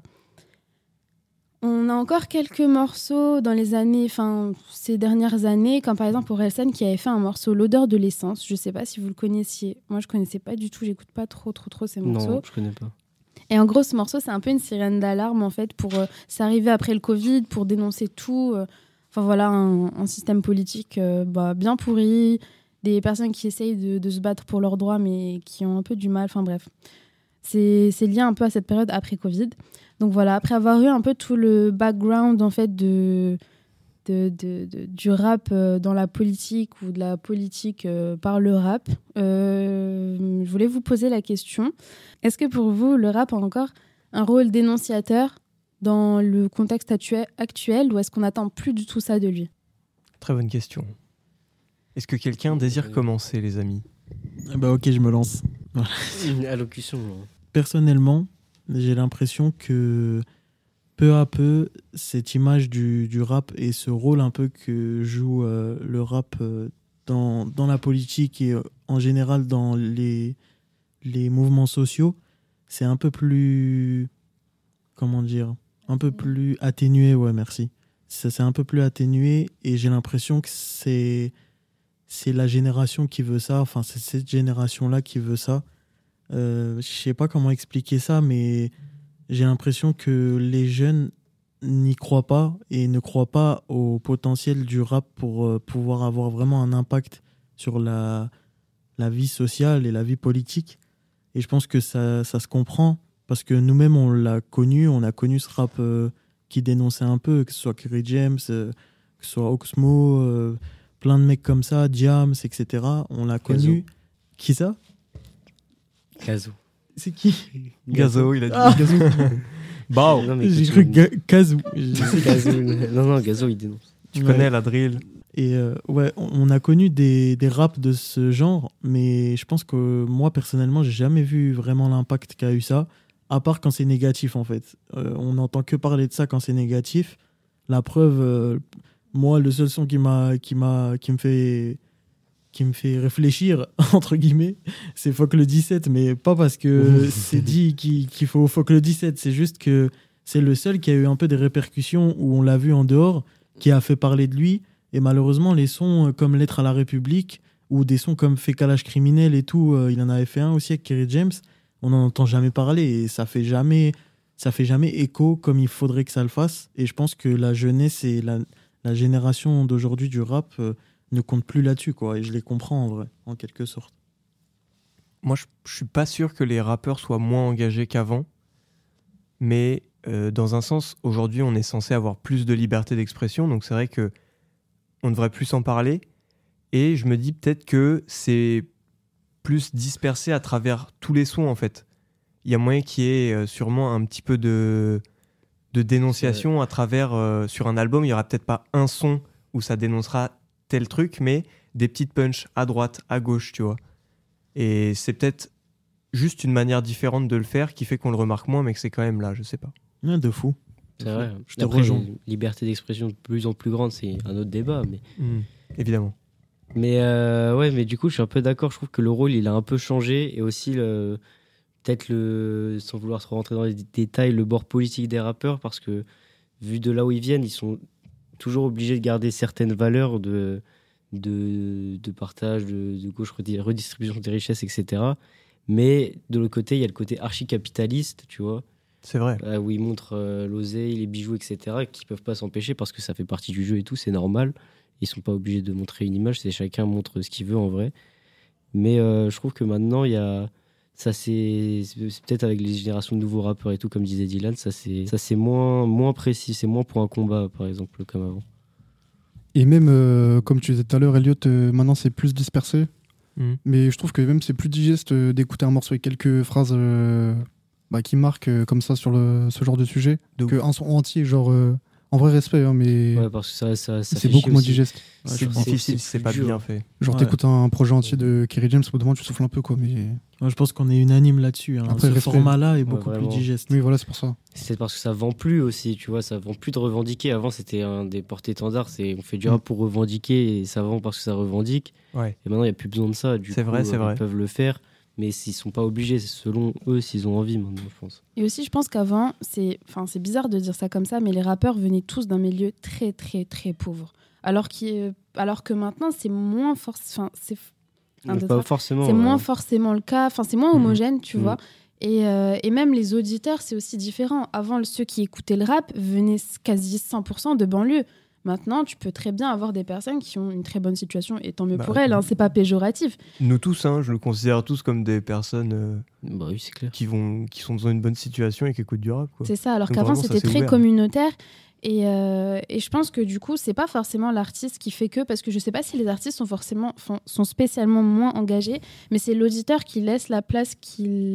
On a encore quelques morceaux dans les années, enfin, ces dernières années, comme par exemple Orelsan qui avait fait un morceau L'odeur de l'essence. Je sais pas si vous le connaissiez. Moi, je connaissais pas du tout. J'écoute pas trop, trop, trop ces morceaux. Non, je connais pas. Et en gros, ce morceau, c'est un peu une sirène d'alarme, en fait, pour euh, c'est arrivé après le Covid, pour dénoncer tout. euh, Enfin, voilà, un, un système politique euh, bah, bien pourri, des personnes qui essayent de, de se battre pour leurs droits, mais qui ont un peu du mal. Enfin, bref. C'est, c'est lié un peu à cette période après Covid. Donc voilà, après avoir eu un peu tout le background, en fait, de, de, de, de- du rap euh, dans la politique ou de la politique euh, par le rap, euh, je voulais vous poser la question. Est-ce que pour vous, le rap a encore un rôle dénonciateur dans le contexte actu- actuel ou est-ce qu'on n'attend plus du tout ça de lui ? Très bonne question. Est-ce que quelqu'un désire commencer, les amis ? Ah bah ok, je me lance. Une allocution. Personnellement, j'ai l'impression que peu à peu, cette image du, du rap et ce rôle un peu que joue euh, le rap euh, dans, dans la politique et euh, en général dans les, les mouvements sociaux, c'est un peu plus... Comment dire ? Un peu plus atténué, ouais, merci. Ça, c'est un peu plus atténué et j'ai l'impression que c'est, c'est la génération qui veut ça, enfin, c'est cette génération-là qui veut ça. Euh, je sais pas comment expliquer ça, mais j'ai l'impression que les jeunes n'y croient pas et ne croient pas au potentiel du rap pour euh, pouvoir avoir vraiment un impact sur la, la vie sociale et la vie politique. Et je pense que ça, ça se comprend parce que nous-mêmes, on l'a connu, on a connu ce rap euh, qui dénonçait un peu, que ce soit Kerry James, euh, que ce soit Oxmo, euh, plein de mecs comme ça, Diams, et cetera. On l'a connu. Gazo. Qui ça ? Gazo. C'est qui ? Gazo, il a dit. Ah. Gazo. Bah, Non, mais J'ai écoute, cru on- Ga- Kazoo. Gazo. Non, non, Gazo, il dénonce. tu Ouais. connais la drill. Et euh, ouais, on on a connu des, des raps de ce genre, mais je pense que moi, personnellement, j'ai jamais vu vraiment l'impact qu'a eu ça, à part quand c'est négatif, en fait. Euh, on n'entend que parler de ça quand c'est négatif. La preuve, euh, moi, le seul son qui, m'a, qui, m'a, qui, me fait, qui me fait réfléchir, entre guillemets, c'est Fuck le dix-sept, mais pas parce que c'est dit qu'il, qu'il faut Fuck le dix-sept, c'est juste que c'est le seul qui a eu un peu des répercussions où on l'a vu en dehors, qui a fait parler de lui. Et malheureusement, les sons euh, comme Lettre à la République ou des sons comme Fécalage criminel et tout, euh, il en avait fait un aussi avec Kerry James, on n'en entend jamais parler et ça fait jamais, ça fait jamais écho comme il faudrait que ça le fasse. Et je pense que la jeunesse et la, la génération d'aujourd'hui du rap euh, ne compte plus là-dessus, quoi. Et je les comprends en vrai, en quelque sorte. Moi, je, je suis pas sûr que les rappeurs soient moins engagés qu'avant, mais euh, dans un sens, aujourd'hui, on est censé avoir plus de liberté d'expression, donc c'est vrai que on devrait plus en parler. Et je me dis peut-être que c'est plus dispersé à travers tous les sons, en fait. Il y a moyen qu'il y ait euh, sûrement un petit peu de, de dénonciation à travers... Euh, sur un album, il n'y aura peut-être pas un son où ça dénoncera tel truc, mais des petites punches à droite, à gauche, tu vois. Et c'est peut-être juste une manière différente de le faire qui fait qu'on le remarque moins, mais que c'est quand même là, je sais pas. Ouais, de fou. C'est vrai. Je te Après, rejoins. liberté d'expression de plus en plus grande, c'est un autre débat. Mais, Mmh, évidemment. mais euh, ouais, mais du coup, je suis un peu d'accord. Je trouve que le rôle, il a un peu changé. Et aussi, le, peut-être, le, sans vouloir trop rentrer dans les d- détails, le bord politique des rappeurs. Parce que, vu de là où ils viennent, ils sont toujours obligés de garder certaines valeurs de, de, de partage, de, de gauche, redi- redistribution des richesses, et cetera. Mais de l'autre côté, il y a le côté archi-capitaliste, tu vois. C'est vrai. Euh, où ils montrent euh, l'oseille, les bijoux, et cetera, qui peuvent pas s'empêcher parce que ça fait partie du jeu et tout, c'est normal. Ils sont pas obligés de montrer une image, c'est chacun montre ce qu'il veut en vrai. Mais euh, je trouve que maintenant, il y a. Ça, c'est, c'est c'est peut-être avec les générations de nouveaux rappeurs et tout, comme disait Dylan, ça c'est, ça, c'est moins, moins précis, c'est moins pour un combat, par exemple, comme avant. Et même, euh, comme tu disais tout à l'heure, Elliot, euh, maintenant c'est plus dispersé. Mmh. Mais je trouve que même c'est plus digeste euh, d'écouter un morceau avec quelques phrases euh, bah, qui marquent euh, comme ça sur le, ce genre de sujet. De qu'un son entier, genre, euh, en vrai respect, hein, mais Ouais, parce que ça, ça, ça c'est fait beaucoup chier moins aussi. digeste. Ouais, c'est je pense. difficile si c'est plus pas dur. bien fait. Genre, Ouais. t'écoutes un projet entier de Kerry James, au bout d'un moment, tu souffles un peu, quoi. Mais Moi, je pense qu'on est unanime là-dessus. Hein. Après, Ce respect. format-là est Ouais, beaucoup vraiment. plus digeste. oui, voilà, c'est pour ça. C'est parce que ça vend plus aussi, tu vois, ça vend plus de revendiquer. Avant, c'était un des porte-étendards, c'est on fait du Mm. rap pour revendiquer et ça vend parce que ça revendique. Ouais. Et maintenant, il n'y a plus besoin de ça. Du C'est coup, vrai, c'est euh, vrai. Ils peuvent le faire, mais s'ils sont pas obligés, c'est selon eux s'ils ont envie maintenant, je pense. Et aussi, je pense qu'avant, c'est, enfin, c'est bizarre de dire ça comme ça, mais les rappeurs venaient tous d'un milieu très, très, très pauvre. Alors, qu'il- alors que maintenant, c'est moins force, enfin, c'est, un, Mais deux, pas trois. forcément. c'est euh, moins forcément le cas. Enfin, c'est moins Mhm. homogène, tu Mhm. vois. Et, euh, et même les auditeurs, c'est aussi différent. Avant, ceux qui écoutaient le rap venaient quasi cent pour cent de banlieue. Maintenant, tu peux très bien avoir des personnes qui ont une très bonne situation, et tant mieux Bah, pour elles, hein, c'est pas péjoratif. Nous tous, hein, je le considère tous comme des personnes euh, Bah oui, c'est clair. qui, vont, qui sont dans une bonne situation et qui écoutent du rap, quoi. C'est ça, alors Donc qu'avant, vraiment, ça, c'était c'est très ouvert. communautaire. Et, euh, et je pense que du coup, c'est pas forcément l'artiste qui fait que, parce que je sais pas si les artistes sont forcément, font- sont spécialement moins engagés, mais c'est l'auditeur qui laisse la place qu'il,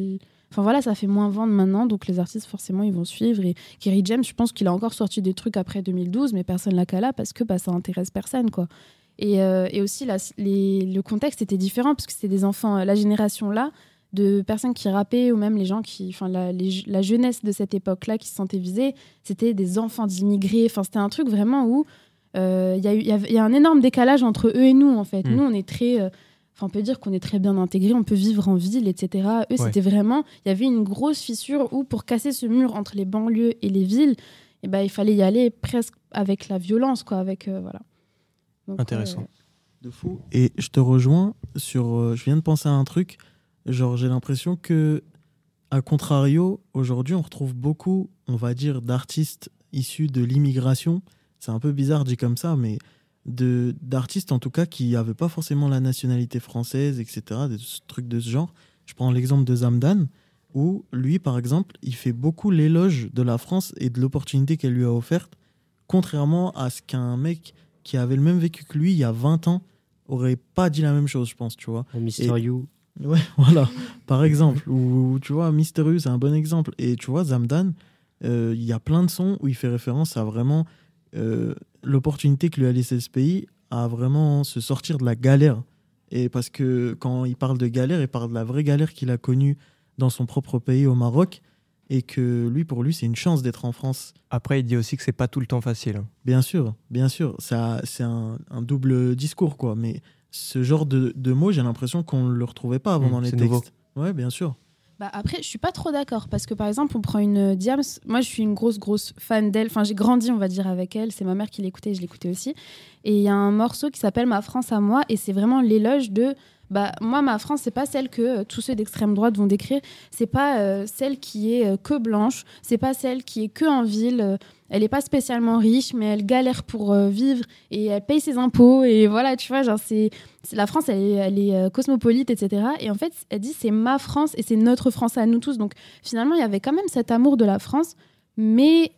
Enfin voilà, ça fait moins vendre maintenant, donc les artistes forcément ils vont suivre. Et Kerry James, je pense qu'il a encore sorti des trucs après deux mille douze, mais personne l'a cala parce que bah, ça intéresse personne, quoi. Et, euh, et aussi, la, les, le contexte était différent parce que c'était des enfants, la génération là, de personnes qui rappaient ou même les gens qui, enfin la, les, la jeunesse de cette époque-là qui se sentaient visés, c'était des enfants d'immigrés. Enfin, c'était un truc vraiment où il euh, y, y, a, y a un énorme décalage entre eux et nous en fait. Mmh. Nous, on est très, euh, enfin, on peut dire qu'on est très bien intégrés, on peut vivre en ville, et cetera. Eux, ouais. C'était vraiment, il y avait une grosse fissure où pour casser ce mur entre les banlieues et les villes, et ben il fallait y aller presque avec la violence, quoi, avec euh, voilà. Donc, Intéressant. Euh... De fou. Et je te rejoins sur. Euh, je viens de penser à un truc. Genre, j'ai l'impression que, à contrario, aujourd'hui, on retrouve beaucoup, on va dire, d'artistes issus de l'immigration. C'est un peu bizarre dit comme ça, mais de d'artistes en tout cas qui n'avaient pas forcément la nationalité française, et cetera. Des trucs de ce genre. Je prends l'exemple de Zamdan, où lui, par exemple, il fait beaucoup l'éloge de la France et de l'opportunité qu'elle lui a offerte, contrairement à ce qu'un mec qui avait le même vécu que lui il y a vingt ans aurait pas dit la même chose, je pense, tu vois. Mister You. Ouais, voilà, par exemple. Ou, tu vois, Mister You, c'est un bon exemple. Et tu vois, Zamdan, il euh, y a plein de sons où il fait référence à vraiment euh, l'opportunité que lui a laissé ce pays à vraiment se sortir de la galère. Et parce que quand il parle de galère, il parle de la vraie galère qu'il a connue dans son propre pays, au Maroc. Et que lui, pour lui, c'est une chance d'être en France. Après, il dit aussi que c'est pas tout le temps facile. Bien sûr, bien sûr. Ça, c'est un, un double discours, quoi. Mais ce genre de, de mots, j'ai l'impression qu'on ne le retrouvait pas avant mmh, dans les textes. Nouveau. Ouais, bien sûr. Bah après, je suis pas trop d'accord parce que par exemple, on prend une Diams. Moi, je suis une grosse, grosse fan d'elle. Enfin, j'ai grandi, on va dire, avec elle. C'est ma mère qui l'écoutait, je l'écoutais aussi. Et il y a un morceau qui s'appelle Ma France à moi, et c'est vraiment l'éloge de. Bah, moi, ma France, c'est pas celle que euh, tous ceux d'extrême droite vont décrire. C'est pas euh, celle qui est euh, que blanche. C'est pas celle qui est que en ville. Euh, elle est pas spécialement riche, mais elle galère pour euh, vivre et elle paye ses impôts. Et voilà, tu vois, genre, c'est, c'est la France, elle est, elle est euh, cosmopolite, et cetera. Et en fait, elle dit c'est ma France et c'est notre France à nous tous. Donc finalement, il y avait quand même cet amour de la France, mais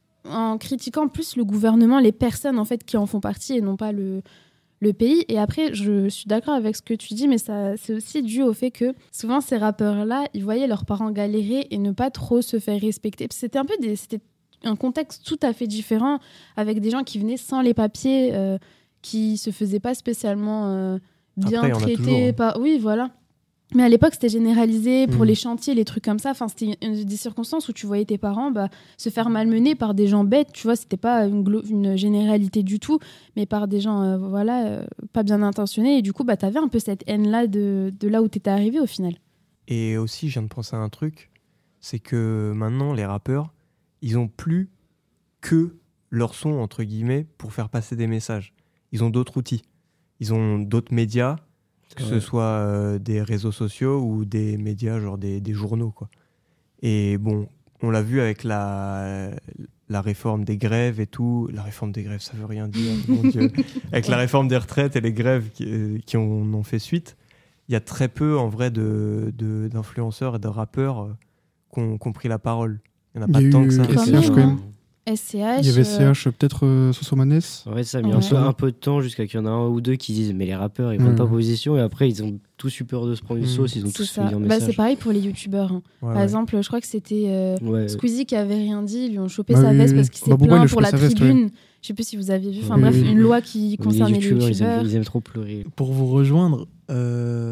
en critiquant plus le gouvernement, les personnes en fait qui en font partie et non pas le. le pays. Et après, je suis d'accord avec ce que tu dis, mais ça, c'est aussi dû au fait que souvent, ces rappeurs-là, ils voyaient leurs parents galérer et ne pas trop se faire respecter. C'était un peu des, c'était un contexte tout à fait différent, avec des gens qui venaient sans les papiers, euh, qui se faisaient pas spécialement euh, bien après, traités. Par... Oui, voilà. Mais à l'époque, c'était généralisé pour mmh. les chantiers, les trucs comme ça. Enfin, c'était une, des circonstances où tu voyais tes parents bah, se faire malmener par des gens bêtes. Tu vois, c'était pas une, glo- une généralité du tout, mais par des gens, euh, voilà, euh, pas bien intentionnés. Et du coup, bah, t'avais un peu cette haine-là de, de là où t'étais arrivé au final. Et aussi, je viens de penser à un truc, c'est que maintenant, les rappeurs, ils ont plus que leur son, entre guillemets, pour faire passer des messages. Ils ont d'autres outils. Ils ont d'autres médias, que ouais. ce soit euh, des réseaux sociaux ou des médias, genre des, des journaux, quoi. Et bon, on l'a vu avec la, la réforme des grèves et tout. La réforme des grèves, ça veut rien dire, mon Dieu. Avec la réforme des retraites et les grèves qui, qui ont, ont fait suite, il y a très peu, en vrai, de, de, d'influenceurs et de rappeurs euh, qui ont, qui ont pris la parole. Il n'y en a pas tant que ça. S C H quand même. S C H. Il y avait S C H, euh... peut-être euh, Sosomanes. Ouais, ça a mis ouais. un, peu, un peu de temps jusqu'à qu'il y en a un ou deux qui disent mais les rappeurs ils prennent ouais. pas position et après ils ont tous eu peur de se prendre une mmh. sauce, ils ont c'est tous fait un message. Bah, c'est pareil pour les youtubeurs. Hein. Ouais, Par ouais. exemple, je crois que c'était euh, ouais. Squeezie qui avait rien dit, ils lui ont chopé bah, sa veste oui, parce qu'il s'est bah, plaint pour la tribune. Veste, ouais. Je sais plus si vous avez vu. Enfin oui, bref, oui. une loi qui concernait les youtubeurs. Ils aiment, ils aiment trop pleurer. Pour vous rejoindre. Euh...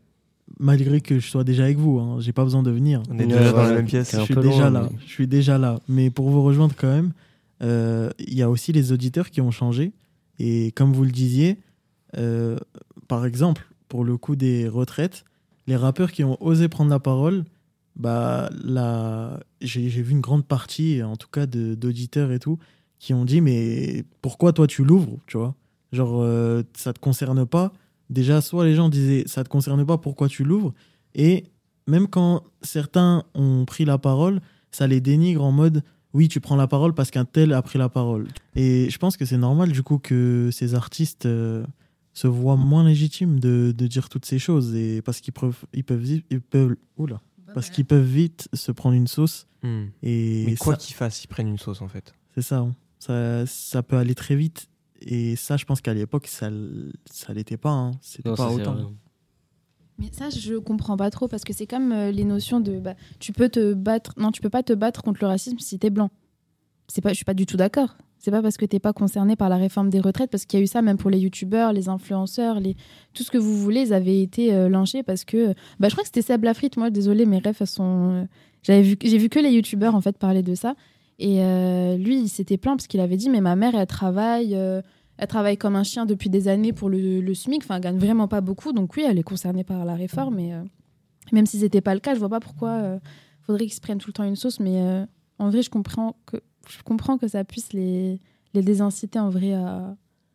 Malgré que je sois déjà avec vous, hein, j'ai pas besoin de venir. On est déjà ouais, dans la même pièce. Je suis déjà loin, là. Mais... Je suis déjà là. Mais pour vous rejoindre quand même, il euh, y a aussi les auditeurs qui ont changé. Et comme vous le disiez, euh, par exemple, pour le coup des retraites, les rappeurs qui ont osé prendre la parole, bah, la... j'ai, j'ai vu une grande partie, en tout cas de, d'auditeurs et tout, qui ont dit mais pourquoi toi tu l'ouvres, tu vois ? Genre euh, ça te concerne pas. Déjà, soit les gens disaient ça te concerne pas, pourquoi tu l'ouvres ? Et même quand certains ont pris la parole, ça les dénigre en mode oui, tu prends la parole parce qu'un tel a pris la parole. Et je pense que c'est normal du coup que ces artistes euh, se voient moins légitimes de, de dire toutes ces choses et parce qu'ils peuvent, ils peuvent, ils peuvent, oula, parce qu'ils peuvent vite se prendre une sauce. Mmh. Et Mais quoi ça, qu'ils fassent, ils prennent une sauce en fait. C'est ça, hein. ça, ça peut aller très vite. Et ça, je pense qu'à l'époque, ça, ça l'était pas. Hein. C'était non, pas ça, autant. Mais ça, je comprends pas trop parce que c'est comme euh, les notions de bah, tu peux te battre, non, tu peux pas te battre contre le racisme si t'es blanc. C'est pas, je suis pas du tout d'accord. C'est pas parce que t'es pas concerné par la réforme des retraites, parce qu'il y a eu ça même pour les youtubeurs, les influenceurs, les... tout ce que vous voulez, ils avaient été euh, lynchés parce que, bah, je crois que c'était Seb Lafrite. Moi, désolée, mes refs, elles sont, euh, j'avais vu, j'ai vu que les youtubeurs en fait parler de ça. Et euh, lui, il s'était plaint parce qu'il avait dit, mais ma mère, elle travaille. Euh, Elle travaille comme un chien depuis des années pour le, le SMIC, enfin, elle gagne vraiment pas beaucoup. Donc oui, elle est concernée par la réforme. Mais euh, même si c'était pas le cas, je vois pas pourquoi il euh, faudrait qu'ils se prennent tout le temps une sauce. Mais euh, en vrai, je comprends que, je comprends que ça puisse les, les désinciter en vrai à,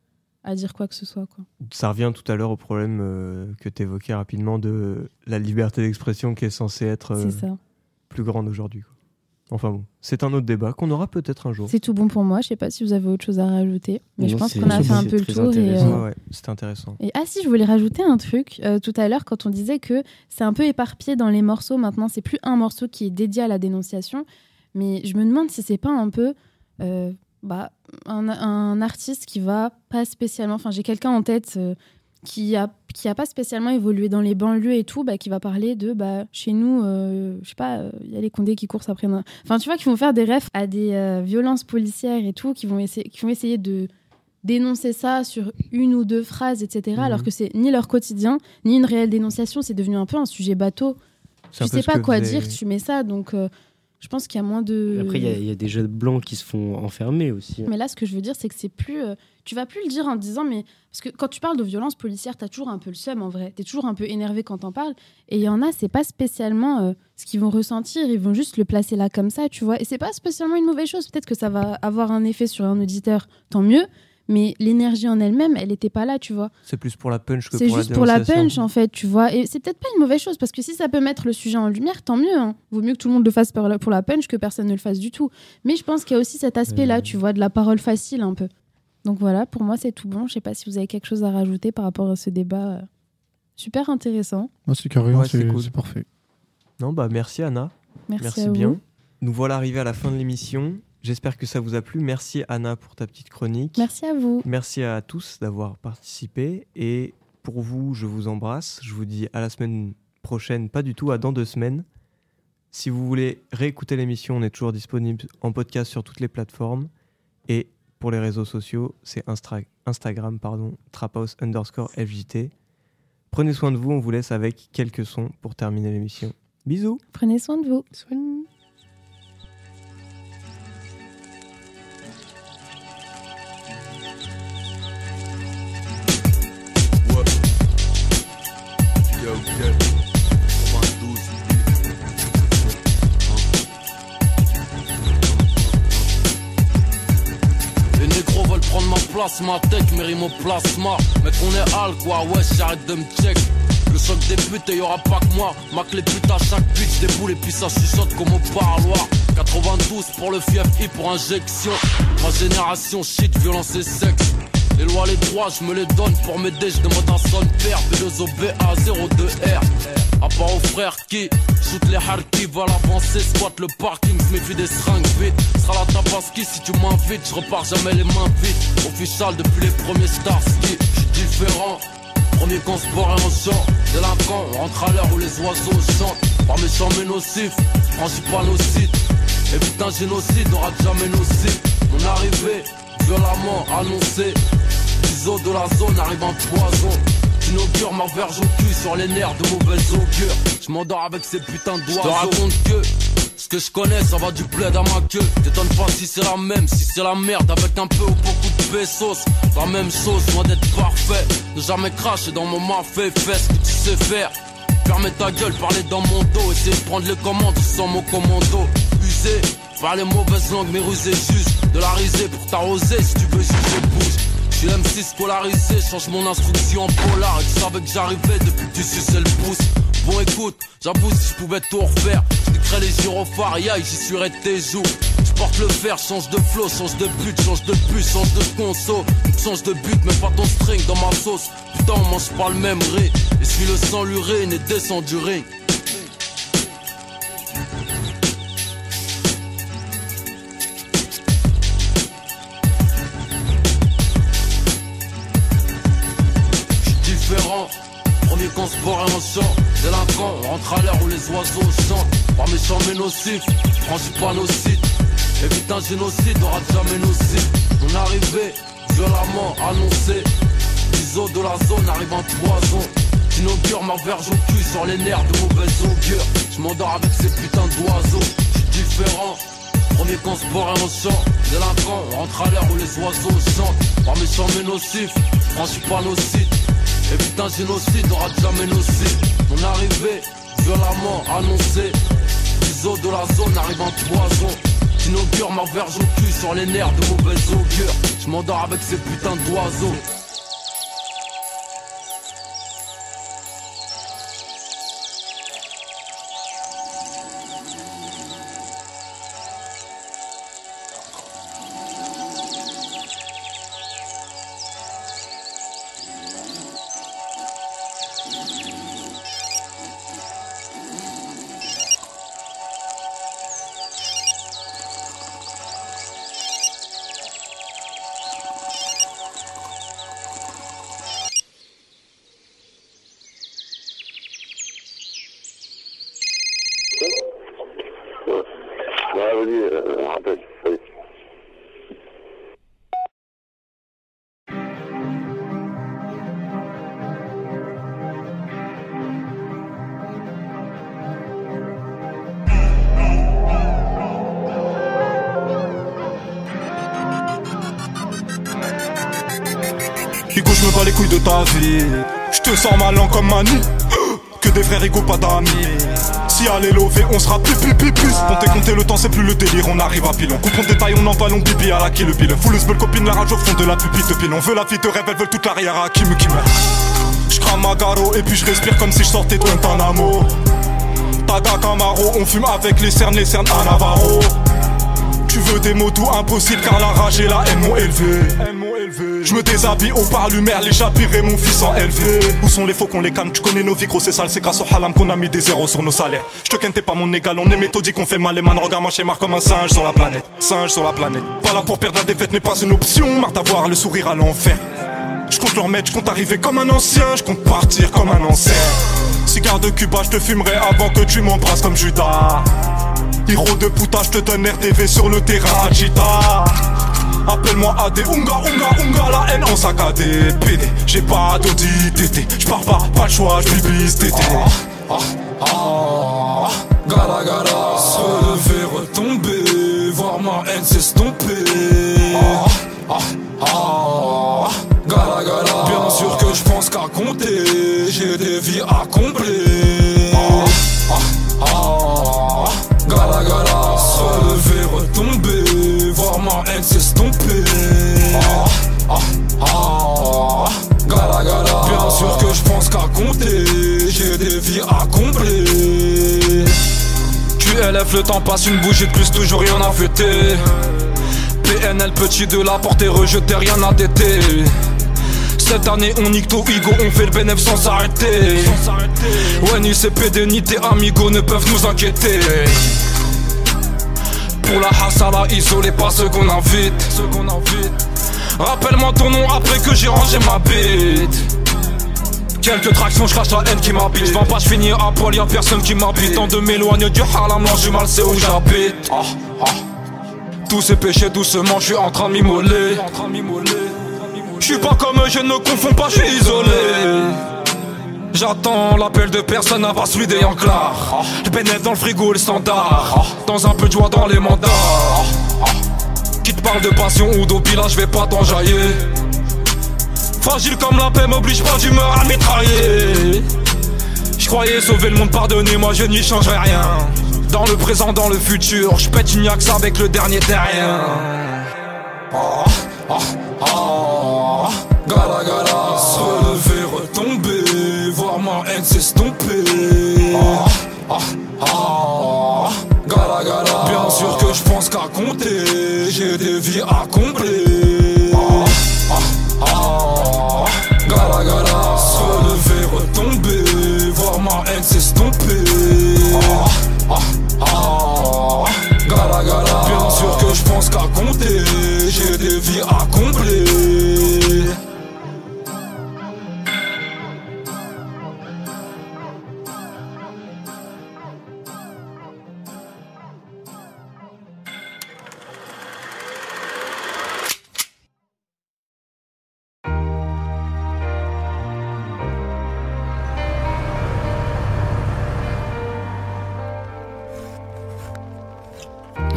à dire quoi que ce soit, quoi. Ça revient tout à l'heure au problème euh, que tu évoquais rapidement de la liberté d'expression qui est censée être euh, C'est ça. plus grande aujourd'hui, quoi. Enfin bon, c'est un autre débat qu'on aura peut-être un jour. C'est tout bon pour moi. Je sais pas si vous avez autre chose à rajouter, mais non, je pense qu'on a fait un peu le tour. Et, euh... ouais, ouais, c'était intéressant. Et ah si, je voulais rajouter un truc euh, tout à l'heure quand on disait que c'est un peu éparpillé dans les morceaux. Maintenant, c'est plus un morceau qui est dédié à la dénonciation, mais je me demande si c'est pas un peu euh, bah, un, un artiste qui va pas spécialement. Enfin, j'ai quelqu'un en tête. Euh, qui a qui a pas spécialement évolué dans les banlieues et tout, bah, qui va parler de bah chez nous euh, je sais pas, il euh, y a les Condés qui courent après, enfin tu vois, qui vont faire des refs à des euh, violences policières et tout, qui vont essayer qui vont essayer de dénoncer ça sur une ou deux phrases, etc. mmh. Alors que c'est ni leur quotidien ni une réelle dénonciation, c'est devenu un peu un sujet bateau. C'est tu sais pas quoi dire, tu mets ça, donc euh, je pense qu'il y a moins de... Après, il y, y a des jeunes blancs qui se font enfermer aussi. Mais là, ce que je veux dire, c'est que c'est plus... Euh, tu vas plus le dire en te disant... mais parce que quand tu parles de violence policière, t'as toujours un peu le seum, en vrai. T'es toujours un peu énervé quand t'en parles. Et il y en a, c'est pas spécialement euh, ce qu'ils vont ressentir. Ils vont juste le placer là comme ça, tu vois. Et c'est pas spécialement une mauvaise chose. Peut-être que ça va avoir un effet sur un auditeur, tant mieux. Mais l'énergie en elle-même, elle était pas là, tu vois. C'est plus pour la punch que c'est pour la dénonciation. C'est juste pour la punch, en fait, tu vois. Et c'est peut-être pas une mauvaise chose, parce que si ça peut mettre le sujet en lumière, tant mieux. Hein. Vaut mieux que tout le monde le fasse pour la punch que personne ne le fasse du tout. Mais je pense qu'il y a aussi cet aspect-là, tu vois, de la parole facile, un peu. Donc voilà, pour moi, c'est tout bon. Je sais pas si vous avez quelque chose à rajouter par rapport à ce débat. Super intéressant. Moi, c'est carré, ouais, c'est, c'est, cool. c'est parfait. Non, bah merci Anna. Merci, merci à bien. Vous. Nous voilà arrivés à la fin de l'émission. J'espère que ça vous a plu. Merci Anna pour ta petite chronique. Merci à vous. Merci à tous d'avoir participé. Et pour vous, je vous embrasse. Je vous dis à la semaine prochaine, pas du tout, à dans deux semaines. Si vous voulez réécouter l'émission, on est toujours disponible en podcast sur toutes les plateformes. Et pour les réseaux sociaux, c'est Instra- Instagram, pardon, traphouse underscore F J T. Prenez soin de vous, on vous laisse avec quelques sons pour terminer l'émission. Bisous. Prenez soin de vous. Soigne. Les négros veulent prendre ma place, ma tech, mes rimes au plasma. Mec, on est hal quoi, ouais, j'arrête de me check. Le choc des putes et y'aura pas que moi. Mac les putes à chaque pitch, des boules et puis ça chuchote comme au parloir. quatre-vingt-douze pour le F I F I pour injection. Ma génération shit, violence et sexe. Les lois, les droits, je me les donne pour m'aider. Je demande un son père, B deux O B A zéro deux R. À part aux frères qui shoot les harkis, va l'avancer, squat le parking, se méfie des seringues vite. Sera la tabaski si tu m'invites, je repars jamais les mains vides. Official depuis les premiers stars ski, j'suis différent. Premier qu'on se boit en chant, délinquant, on rentre à l'heure où les oiseaux chantent. Par méchants mais nocifs, franchis pas nos sites. Évite un génocide, n'aura jamais nos cibles. Mon arrivée, violemment annoncée. Ciseaux de la zone arrive un poison. J'inaugure ma verge au cul sur les nerfs de mauvaise augure. Je m'endors avec ces putains d'oiseaux. Je te raconte que ce que je connais, ça va du bled à ma queue. T'étonnes pas si c'est la même, si c'est la merde avec un peu ou beaucoup de pesos. La même chose, loin d'être parfait. Ne jamais cracher dans mon mafé, fais ce que tu sais faire. Fermez ta gueule, parler dans mon dos. Essayer de prendre les commandes sans mon commando. Usé par les mauvaises langues, mais rusé juste. De la risée pour t'arroser, si tu veux juste je bouge. J'suis M six scolarisé, change mon instruction en polar. Et tu savais que j'arrivais depuis que tu suçais le pouce. Bon écoute, j'avoue si je pouvais tout refaire, j'écris les gyrophares, yeah, j'y suis resté joue. J'porte le fer, change de flow, change de but, change de puce, change de conso. Change de but, mais pas ton string dans ma sauce. Putain, on mange pas le même riz. Et suis le sang l'urine et descend du ring. J'suis différent. Premier qu'on se sport et on chante. Délinquant, on rentre à l'heure où les oiseaux chantent. Pas méchant mais nocif, franchis pas nos sites. Évite un génocide, on rate jamais nos cibles. Mon arrivée, violemment annoncée. Iso de la zone arrive en poison. J'inaugure ma verge au cul sur les nerfs de mauvaise augure. Je m'endors avec ces putains d'oiseaux. J'suis différent. Premier qu'on se bourre et on chante. Délinquant, on rentre à l'heure où les oiseaux chantent. Pas méchant mais nocif, franchis pas nos sites. Évite un génocide, on rate jamais nos cibles. Mon arrivée, violemment annoncée. Iso de la zone arrive en poison. J'inaugure ma verge au cul sur les nerfs de mauvaise augure. Je m'endors avec ces putains d'oiseaux. Higo, je me bats les couilles de ta vie. Je te sens malin comme Manu. Que des vrais Higo, pas d'amis. Si à l'élevé, on sera plus plus plus plus. Compter compter le temps, c'est plus le délire. On arrive à pile, on coupe en détail, on envale, on bibi à la kill pile. Full le copine, la rage au fond de la pupille de pile. On veut la vie de rêve, elles veulent toute l'arrière à Kim Kim. J'crame ma garo et puis je respire comme si je sortais de Guantanamo. Taga Camaro, on fume avec les cernes, les cernes à Navarro. Tu veux des mots tout impossibles car la rage et la haine m'ont élevé. Je me déshabille au parlumaire, les chapirs et mon fils en élevé. Où sont les faux qu'on les calme, tu connais nos vies gros c'est sale. C'est grâce au halam qu'on a mis des zéros sur nos salaires. Je te ken t'es pas mon égal, on est méthodique, on fait mal les man. Regarde-moi chez Marc comme un singe sur la planète. Singe sur la planète. Pas là pour perdre la défaite n'est pas une option. Marre d'avoir le sourire à l'enfer. Je compte leur mettre, je compte arriver comme un ancien. Je compte partir comme un ancien. Cigare de Cuba, je te fumerai avant que tu m'embrasses comme Judas. Hiro de puta, je te donne R T V sur le terrain Agita. Appelle-moi A D, Unga, Unga, Unga, la haine en saccadé. P D, j'ai pas d'audi, tété. J'pars pas, pas le choix, j'bibise, tété. Ah, ah, ah, gala, gala. Se relever, retomber, voir ma haine s'estomper. Ah, ah, ah, gala, gala. Bien sûr que j'pense qu'à compter, j'ai des vies à combler. Ah, ah, ah, gala, gala. Se relever, retomber, voir ma haine s'estomper. Ah, ah, ah, gala, gala. Bien sûr que j'pense qu'à compter, j'ai des vies à combler. Q L F, le temps passe, une bougie de plus, toujours rien à fêter. P N L, petit de la portée, rejeté, rien à déter. Cette année on nique tout Higo, on fait le bénéf sans s'arrêter. Ouais, ni C P D ni tes amigos ne peuvent nous inquiéter. Pour la hassala, isolez pas ceux qu'on invite. Ceux qu'on invite. Rappelle-moi ton nom après que j'ai rangé ma bite. Quelques tractions, j'crache la haine qui m'habite. J'vends pas, j'finis à poil, y'a personne qui m'habite. Tant de m'éloigner du halam, non j'suis mal, c'est où j'habite. Ah, ah. Tous ces péchés doucement, j'suis en train de m'immoler. J'suis pas comme eux, je ne confonds pas, j'suis isolé. J'attends l'appel de personne avant celui des Yanclars. Le bénéf dans le frigo, le standard. Dans un peu de joie dans les mandats. Qui te parle de passion ou d'oubli, là je vais pas t'enjailler. Fragile comme la paix, m'oblige pas d'humeur à mitrailler. J'croyais sauver le monde, pardonnez-moi, je n'y changerai rien. Dans le présent, dans le futur, j'pète une yax avec le dernier terrien. Ah, ah, ah, gala, gala. Se relever, retomber, voir ma haine s'estomper. Ah, ah, ah, gala, gala. Bien sûr que j'pense qu'à compter, j'ai des vies à combler. Ah, ah, ah, gala, gala. Se relever, retomber, voir ma haine s'estomper. Ah, ah, ah, gala, gala. Bien sûr que j'pense qu'à compter, j'ai des vies à combler.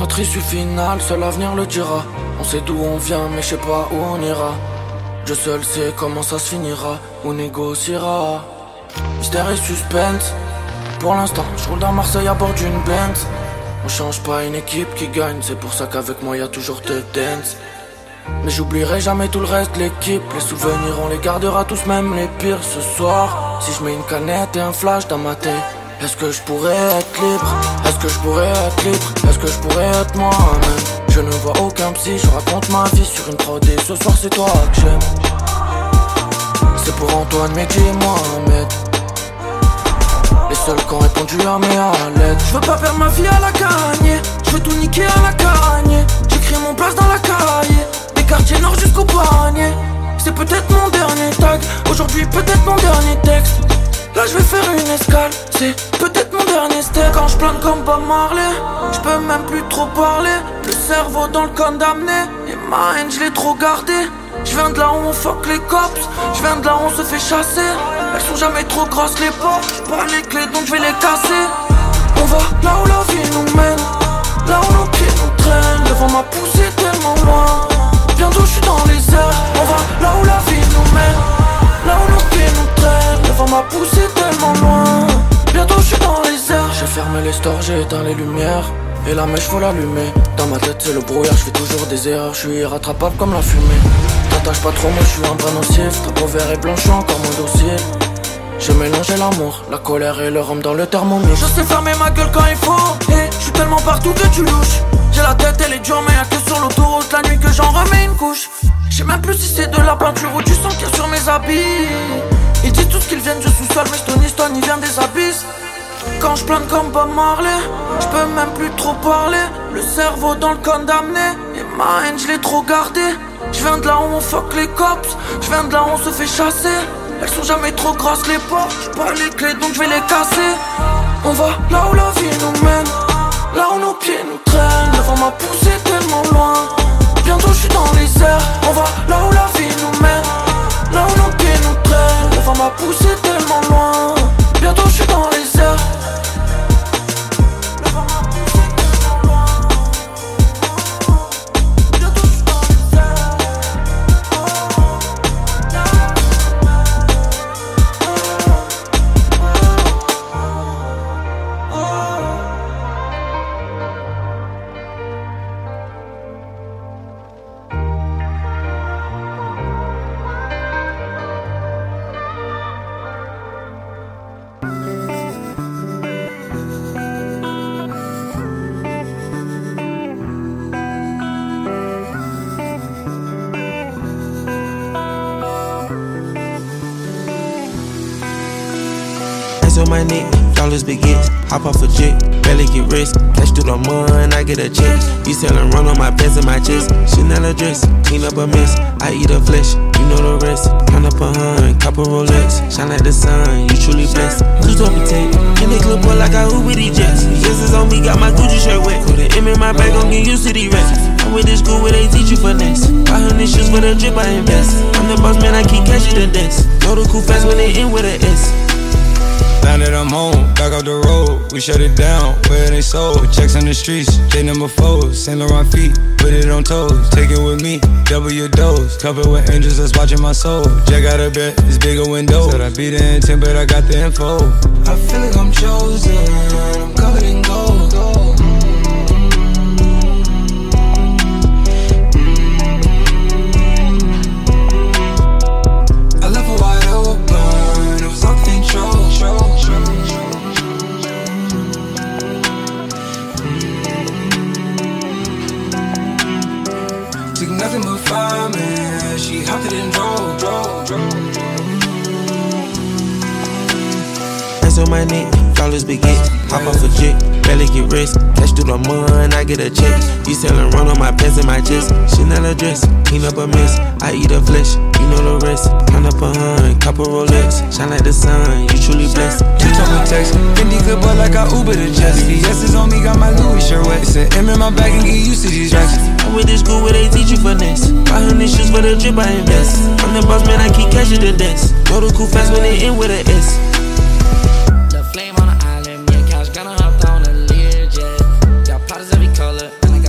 notre issue finale, seul l'avenir le dira. On sait d'où on vient, mais je sais pas où on ira. Je seul sais comment ça se finira, on négociera. Mystère et suspense. Pour l'instant, je roule dans Marseille à bord d'une Benz. On change pas une équipe qui gagne, c'est pour ça qu'avec moi y'a toujours te dance. Mais j'oublierai jamais tout le reste de l'équipe. Les souvenirs on les gardera tous, même les pires. Ce soir, si je mets une canette et un flash dans ma tête, est-ce que je pourrais être libre? Est-ce que je pourrais être libre? Est-ce que je pourrais être moi-même? Je ne vois aucun psy, je raconte ma vie sur une prod et ce soir c'est toi que j'aime. C'est pour Antoine, Mehdi et Mohamed, les seuls qui ont répondu à mes à l'aide. Je veux pas perdre ma vie à la gagne, je veux tout niquer à la cagne. J'écris mon place dans la cahier, des quartiers nord jusqu'au poignet. C'est peut-être mon dernier tag, aujourd'hui peut-être mon dernier texte. Là je vais faire une escale, c'est peut-être mon dernier step. Quand je plane comme Bob Marley, je peux même plus trop parler. Le cerveau dans le condamné, et ma haine je l'ai trop gardé. Je viens de là où on fuck les cops, je viens de là où on se fait chasser. Elles sont jamais trop grosses les portes, j'ai pas les clés donc je vais les casser. On va là où la vie nous mène, là où nos pieds nous traînent. Le vent m'a poussé tellement loin, bientôt je suis dans les airs. On va là où la vie nous mène, là où nos pieds nous traînent. Le vent m'a poussé tellement loin, bientôt je suis dans les airs. J'ai fermé les stores, j'ai éteint les lumières, et la mèche faut l'allumer. Dans ma tête c'est le brouillard, je fais toujours des erreurs. Je suis irrattrapable comme la fumée. T'attaches pas trop, moi je suis un brin nocif. Ta peau vert et blanche, encore mon dossier. J'ai mélangé l'amour, la colère et le rhum dans le thermomix. Je sais fermer ma gueule quand il faut, et je suis tellement partout que tu louches. J'ai la tête elle est dure mais y'a que sur l'autoroute la nuit que j'en remets une couche. Je sais même plus si c'est de la peinture ou du sang qu'il y a sur mes habits. Ils disent tous qu'ils viennent du sous-sol, mais Stony Stone il vient des abysses. Quand je plane comme Bob Marley, je peux même plus trop parler. Le cerveau dans le condamné, et ma haine je l'ai trop gardé. Je viens de là où on fuck les cops, je viens de là où on se fait chasser. Elles sont jamais trop grosses les portes, j'ai pas les clés donc je vais les casser. On va là où la vie nous mène, là où nos pieds nous traînent. Le vent m'a poussé tellement loin, bientôt je suis dans les airs. On va là où la vie nous mène, là où nos pieds nous traînent. Le vent m'a poussé tellement loin, bientôt je suis dans les airs. On my neck, dollars big hits, hop off a jet, barely get rest, cash through the mud, I get a check. You sellin' run on my pants and my chest, Chanel a dress, clean up a mess, I eat a flesh, you know the rest. Count up a hun, copper Rolex, shine like the sun, you truly blessed. Who's up tape, and they clip boy like I Uber these jets. Yes, it's on me, got my Gucci shirt wet, put an M in my bag, gon' get used to these racks. I'm with this school where they teach you finesse, five hundred shoes for the drip I invest. I'm the boss man, I keep cashing the desk, know the cool fast when they in with a S. Now that I'm home, back off the road, we shut it down, where they sold. Checks on the streets, J number four, Saint Laurent feet, put it on toes. Take it with me, double your dose. Covered with angels that's watching my soul. Jack got a bet, it's bigger window. Said I beat the intent, but I got the info. I feel like I'm chosen, I'm covered in gold. I left her wide open, it was all control. Took nothing but fireman, she hopped it and drove, drove, drove. Hands on my neck, dollars big hits, hop off a jet, barely get rest, cash through the mud, I get a check. You sellin' run on my pants and my chest, Chanel a dress, clean up a mess, I eat a flesh, you know the rest. Count up a hun, copper Rolex, shine like the sun, you truly blessed. You told me text, Fendi good boy like I Uber the jets. V S is on me, got my Louis shirt wet. It's an M in my bag and get used to these racks. I'm with this school where they teach you finesse, five hundred shoes for the drip I invest. I'm the boss man, I keep cashing the desk, know the cool fast when they in with a S. The flame on the island, yeah, couch gonna hop on a Learjet. Got potters every color, and I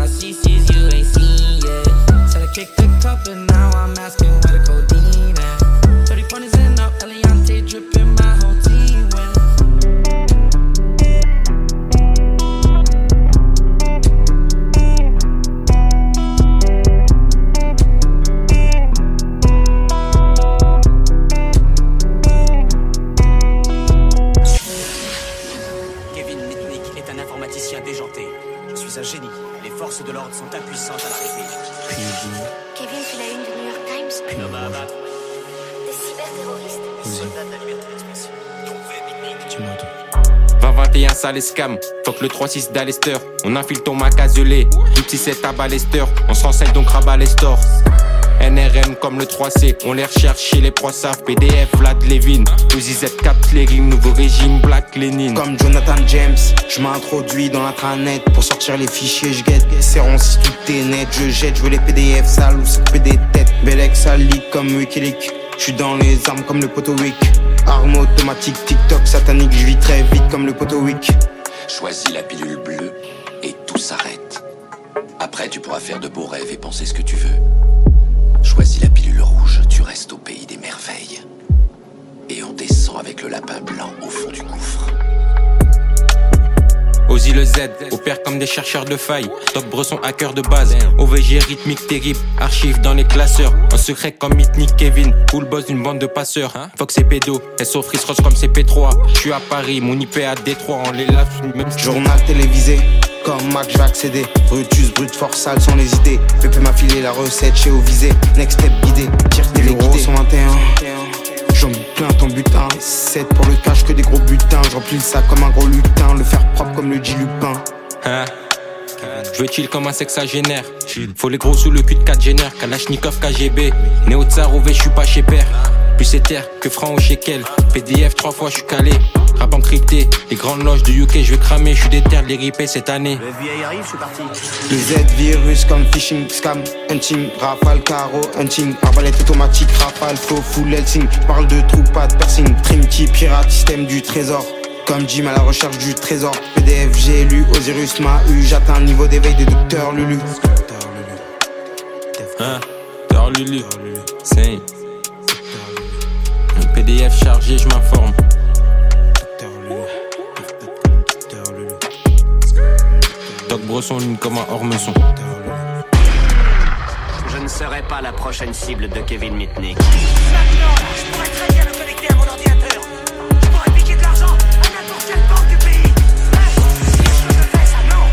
déjanté. Je suis un génie. Les forces de l'ordre sont impuissantes à l'arrêter. Kevin, tu l'as une du New York Times. Puis l'homme à abattre. Des cyberterroristes. Soldats de la liberté d'expression. Tu m'entends. vingt vingt et un sale scam, fuck le trois six d'Alester. On infile ton Mac azelé, tout six sept à Ballester. On se renseigne donc rabat les stores. N R M comme le trois C, on les recherche chez les prosaf. P D F, Vlad Levin, Uzi Z capte les rimes, nouveau régime, Black Lenin. Comme Jonathan James, je m'introduis dans l'intranet. Pour sortir les fichiers, je guette. Serrons si tout est net, je jette, je veux les P D F sales ou s'occuper des têtes. Belek sali comme Wikileaks, je suis dans les armes comme le poteau Wick. Arme automatique, TikTok satanique, je vis très vite comme le poteau Wick. Choisis la pilule bleue et tout s'arrête. Après tu pourras faire de beaux rêves et penser ce que tu veux. Choisis la pilule rouge, tu restes au pays des merveilles. Et on descend avec le lapin blanc au fond du gouffre. Ozzy le Z, opère comme des chercheurs de failles. Top Bresson, hacker de base. O V G rythmique terrible, archive dans les classeurs. En secret comme Mythnic Kevin, cool boss d'une bande de passeurs. Fox et pédo, S O Fris Ross comme C P trois. Je suis à Paris, mon I P à Détroit. On les lave même journal télévisé. Comme Mac, je vais accéder. Brutus, brute, force sale sans hésiter. Pépé m'a filé la recette chez Ovisé. Next step guidé, tire téléguidé. cent vingt et un, j'en mets plein ton butin. sept pour le cash, que des gros butins. Je remplis le sac comme un gros lutin. Le faire propre comme le J Lupin. Hein? Je veux chill comme un sexagénaire. Faut les gros sous le cul de quatre génères. Kalachnikov K G B. Néo Tsar O V, je suis pas chez père. Plus éther que franc ou shekel. P D F trois fois, je suis calé. Rap encrypté, les grandes loges de U K, je vais cramer. Je suis déter de les ripper cette année. Le vieil arrive, je suis parti. Le Z virus comme phishing, scam, hunting, rafale, caro, hunting, arbalète automatique, rafale, faux, full Helsing. Parle de trou, pas de piercing, trimty, pirate, système du trésor. Comme Jim à la recherche du trésor. P D F, j'ai lu, Osiris m'a eu. J'atteins le niveau d'éveil de Docteur Lulu. Hein, Docteur Lulu, c'est un P D F chargé, je m'informe. Doc Bresson, ligne comme un Ormeçon. Je ne serai pas la prochaine cible de Kevin Mitnick. Maintenant, je pourrais très bien le connecter à mon ordinateur. Je pourrais piquer de l'argent à n'importe quelle banque du pays. Mais si je me fais ça, non.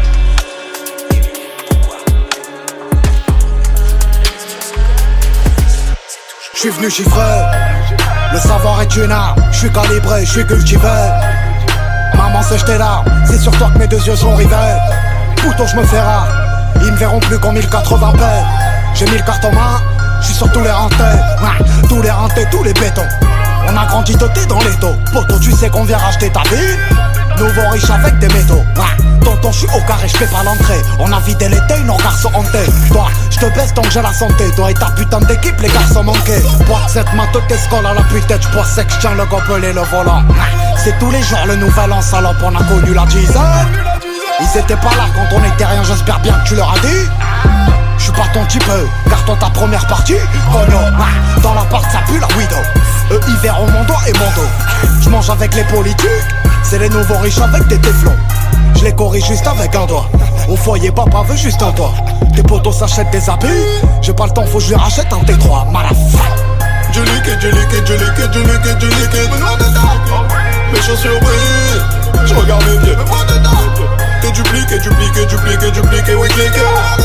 Je suis venu chiffrer. Le savoir est une arme. Je suis calibré, je suis cultivé. Maman sèche tes larmes. C'est sur toi que mes deux yeux sont rivés. Pouton, je me fais rare. Ils me verront plus qu'en mille quatre-vingts p. J'ai mis le carte en main, je suis sur tous les rentés. Ouais, tous les rentés, tous les bétons. On a grandi doté dans les taux. Poto, tu sais qu'on vient racheter ta vie. Nouveau riche avec des métaux. Ouais, tonton, je suis au carré, je fais pas l'entrée. On a vidé l'été, nos garçons hantés. Toi, je te baisse tant que j'ai la santé. Toi et ta putain d'équipe, les garçons manqués. Bois cette main te t'escolle à la putain. Je bois sec, je tiens le gobelet et le volant. Ouais, c'est tous les jours le nouvel an, salope. On a connu la dizaine. Ils étaient pas là quand on était rien, j'espère bien que tu leur as dit. J'suis pas ton type, garde-toi ta première partie. Cogno, dans l'appart ça pue la widow. Eux ils verront mon doigt et mon dos. J'mange avec les politiques, c'est les nouveaux riches avec des téflons. J'les corrige juste avec un doigt. Au foyer papa veut juste un toit. Tes potos s'achètent des habits. J'ai pas le temps, faut que je lui rachète un T trois. Malaf. Je liquide, je liquide, je liquide, je liquide, je liquide. Benoît dedans, mes chaussures brillent. J'regarde mes pieds, mais moi dedans. T'es dupliqué, dupliqué, dupliqué, dupliqué, oui cliqué.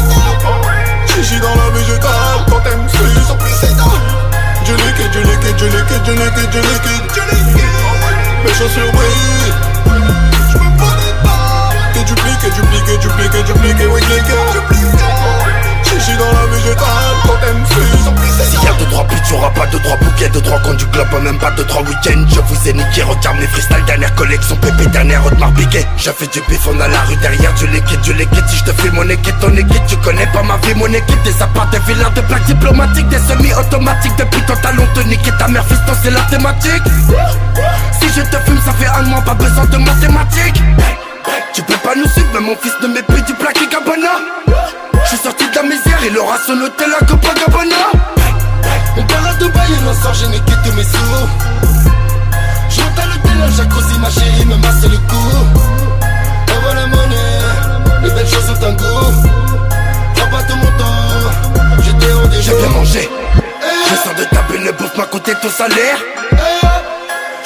Chichi dans la végétale, quand t'aimes celui sans plus c'est dingue. Je liquide, je liquide, je liquide, je liquide, je liquide, je liquide. Mes chaussures brillent. J'me pas dedans. T'es dupliqué, dupliqué, dupliqué, dupliqué, oui cliqué. Chichi dans la végétale, quand t'aimes celui sans plus c'est dingue. S'il y a deux trois putes, y'aura pas deux trois bouquets, deux trois comptes du globe, même pas deux trois week-ends. Je vous ai niqué, regarde mes freestyles, dernière collection, pépé, dernière Audemars Piguet. J'ai fait du bif, on a la rue derrière, du liquide, du liquide. Si je te fais mon équipe, ton équipe, tu connais pas ma vie, mon équipe. Des apparts, des villas, de plaques diplomatiques, des semi-automatiques. Depuis ton talon te niquer ta mère, fiston, c'est la thématique. Si je te fume, ça fait un mois, pas besoin de mathématiques. Tu peux pas nous suivre, mais mon fils ne met plus du plaqué Gabbana. J'suis sorti de la misère, il aura son hôtel à Copacabana. On parle à Dubaï et l'on sort, j'ai niqué tous mes sous. J'monte à l'hôtel, un jacuzzi, ma chérie me masse le cou. Envoie la monnaie, les belles choses ont un goût. Prends pas tout mon temps, j'étais au déjeuner. J'ai bien mangé, je sors de ta bulle, bouffe m'a coûté ton salaire. J'te baisse ta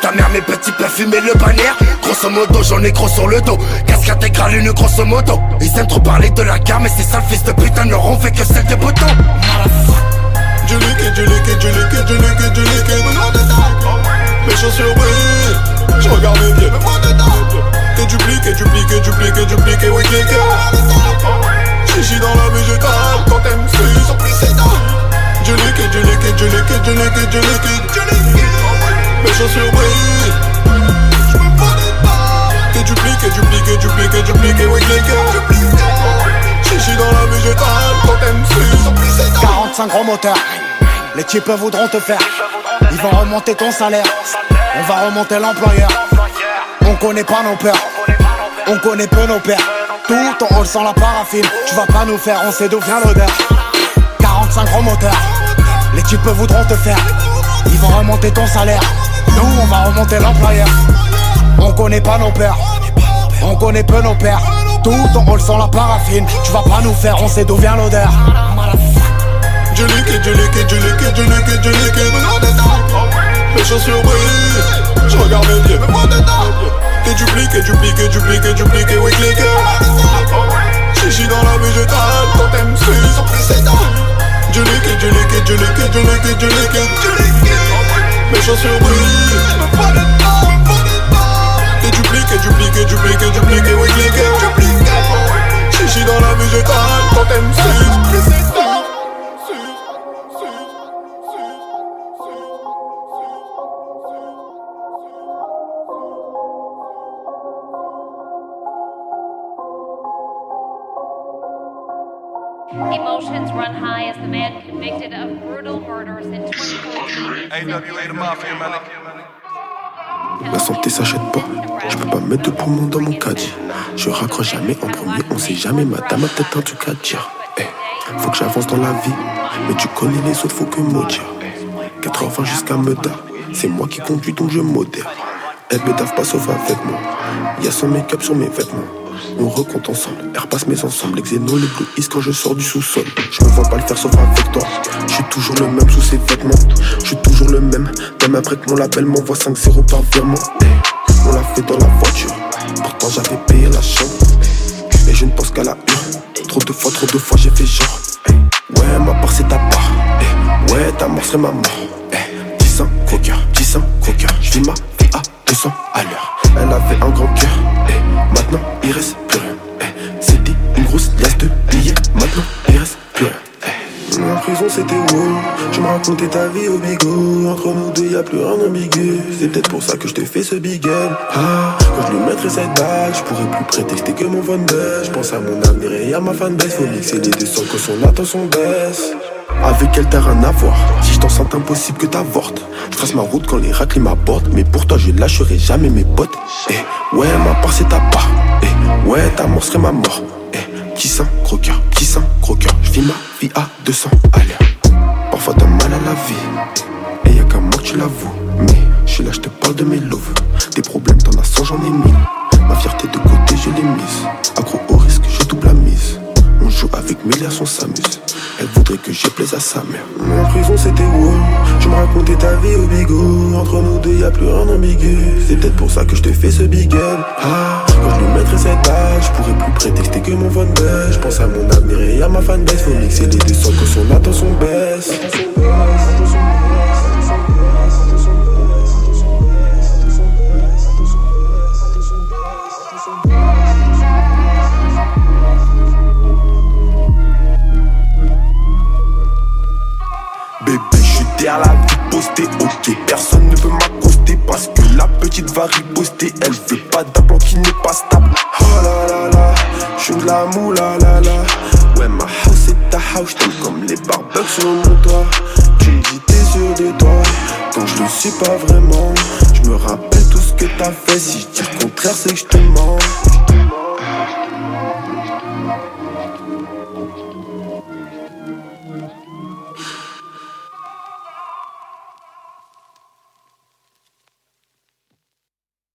sa mère, mes petits peuvent fumer le bannière. Grosso modo, j'en ai gros sur le dos. Casque intégrale, une grosso modo. Ils aiment trop parler de la guerre, mais ces sales fils de putain n'auront fait que celle des boutons. Du liquide, du liquide, du liquide, du liquide, du liquide. Mes chaussures brillent, je regarde mes pieds, mais moi dedans. T'es dupliqué, dupliqué, dupliqué, dupliqué, oui, cliqué. Chichi dans la végétale, quand t'aimes suce, sans plus c'est dans. Du liquide, du liquide, du liquide, du liquide, du liquide, du liquide. Mes chaussures brillent, j'me pas dedans. T'es dupliqué, dupliqué, dupliqué, dupliqué, oui, cliqué. Chichi dans la végétale, quand t'aimes suce, sans plus c'est dans. quarante-cinq gros moteurs, les types voudront te faire. Ils vont remonter ton salaire, on va remonter l'employeur. On connaît pas nos peurs, on connaît peu nos pères. Tout ton rôle sans la paraffine, tu vas pas nous faire, on sait d'où vient l'odeur. quarante-cinq gros moteurs, les types voudront te faire. Ils vont remonter ton salaire, nous on va remonter l'employeur. On connaît pas nos peurs, on connaît peu nos pères. Tout ton rôle sans la paraffine, tu vas pas nous faire, on sait d'où vient l'odeur. Du liquide, du liquide, du liquide, du liquide, du liquide. Mes chaussures brillent, je regarde mes pieds, mais moi dedans. T'es dupliqué, dupliqué, dupliqué, dupliqué, oui, cliqué. Chichi dans la végétale, quand t'aimes suce, sans plus c'est dans. Du liquide, du liquide, du liquide, du liquide, du liquide, du liquide. Mes chaussures brillent, mais moi dedans, moi dedans. T'es dupliqué, dupliqué, dupliqué, dupliqué, oui, cliqué. Chichi dans la végétale, quand t'aimes suce, sans plus c'est dans. Emotions run high as the man convicted of brutal murders in twenty fourteen. La santé s'achète pas, je peux pas mettre de poumons dans mon caddie. Je raccroche jamais en premier, on sait jamais, madame a peut-être un truc à dire. Hey, faut que j'avance dans la vie, mais tu connais les autres, faut que maudire. quatre-vingts jusqu'à Meda, c'est moi qui conduis donc je modère. Elle bédave pas sauf avec moi, y'a son make-up sur mes vêtements. On recompte ensemble, elle repasse mes ensembles. Les xénos, les blue is quand je sors du sous-sol. Je me vois pas le faire sauf avec toi. Je suis toujours le même sous ses vêtements. Je suis toujours le même, même après que mon label m'envoie cinq zéro par virement. Hey, on l'a fait dans la voiture, pourtant j'avais payé la chambre. Et je ne pense qu'à la une. Trop de fois, trop de fois j'ai fait genre. Hey, ouais, ma part c'est ta part. Hey, ouais, ta mort serait ma mort. Hey, dix ans, croqueur, dix ans, croqueur. Je vis ma vie à deux cents à l'heure. Elle avait un grand cœur, hey, maintenant il reste plus rien. Hey, c'était une grosse liasse de billets, maintenant il reste plus rien. Hey. En prison c'était wow, je me racontais ta vie au bigot. Entre nous deux y'a plus rien d'ambigu. C'est peut-être pour ça que je te fais ce biguel. Ah, quand je lui mettrai cette bague, je pourrais plus prétexter que mon van baisse. Je pense à mon avenir et à ma fanbase. Faut mixer les deux sans que son attention baisse. Avec elle t'as rien à voir. Si je t'enceinte impossible que t'avortes. Je trace ma route quand les raclés m'abordent. Mais pour toi je lâcherai jamais mes potes. Eh, ouais ma part c'est ta part. Eh, ouais ta mort serait ma mort. Eh, petit sein, croqueur, petit sein, croqueur. Je vis ma vie à deux cents à l'heure. Parfois t'as mal à la vie, et y'a qu'à moi que tu l'avoues. Mais je suis là, je te parle de mes loves. Des problèmes t'en as cent, j'en ai mille. Ma fierté de côté je l'ai mise. Accro au risque, je double la mise. On joue avec milliards, on s'amuse. Elle voudrait que je plaise à sa mère. En prison c'était wow, je me racontais ta vie au bigot. Entre nous deux y'a plus rien d'ambigu. C'est peut-être pour ça que je te fais ce biguel. Ah, quand je lui mettrai cette bague, je pourrais plus prétexter que mon van baisse. Je pense à mon avenir et à ma fanbase. Faut mixer les deux sans que son attention baisse. Derrière la vie postée, ok, personne ne peut m'accoster parce que la petite va riposter. Elle veut pas d'implant qui n'est pas stable. Oh là là là, j'suis de la moula la la. Ouais, ma house c'est ta house, j't'aime comme les barbecues sur mon toit. Tu me dis t'es sûr de toi, quand je le suis pas vraiment. Je me rappelle tout ce que t'as fait, si je dis le contraire c'est que je te mens.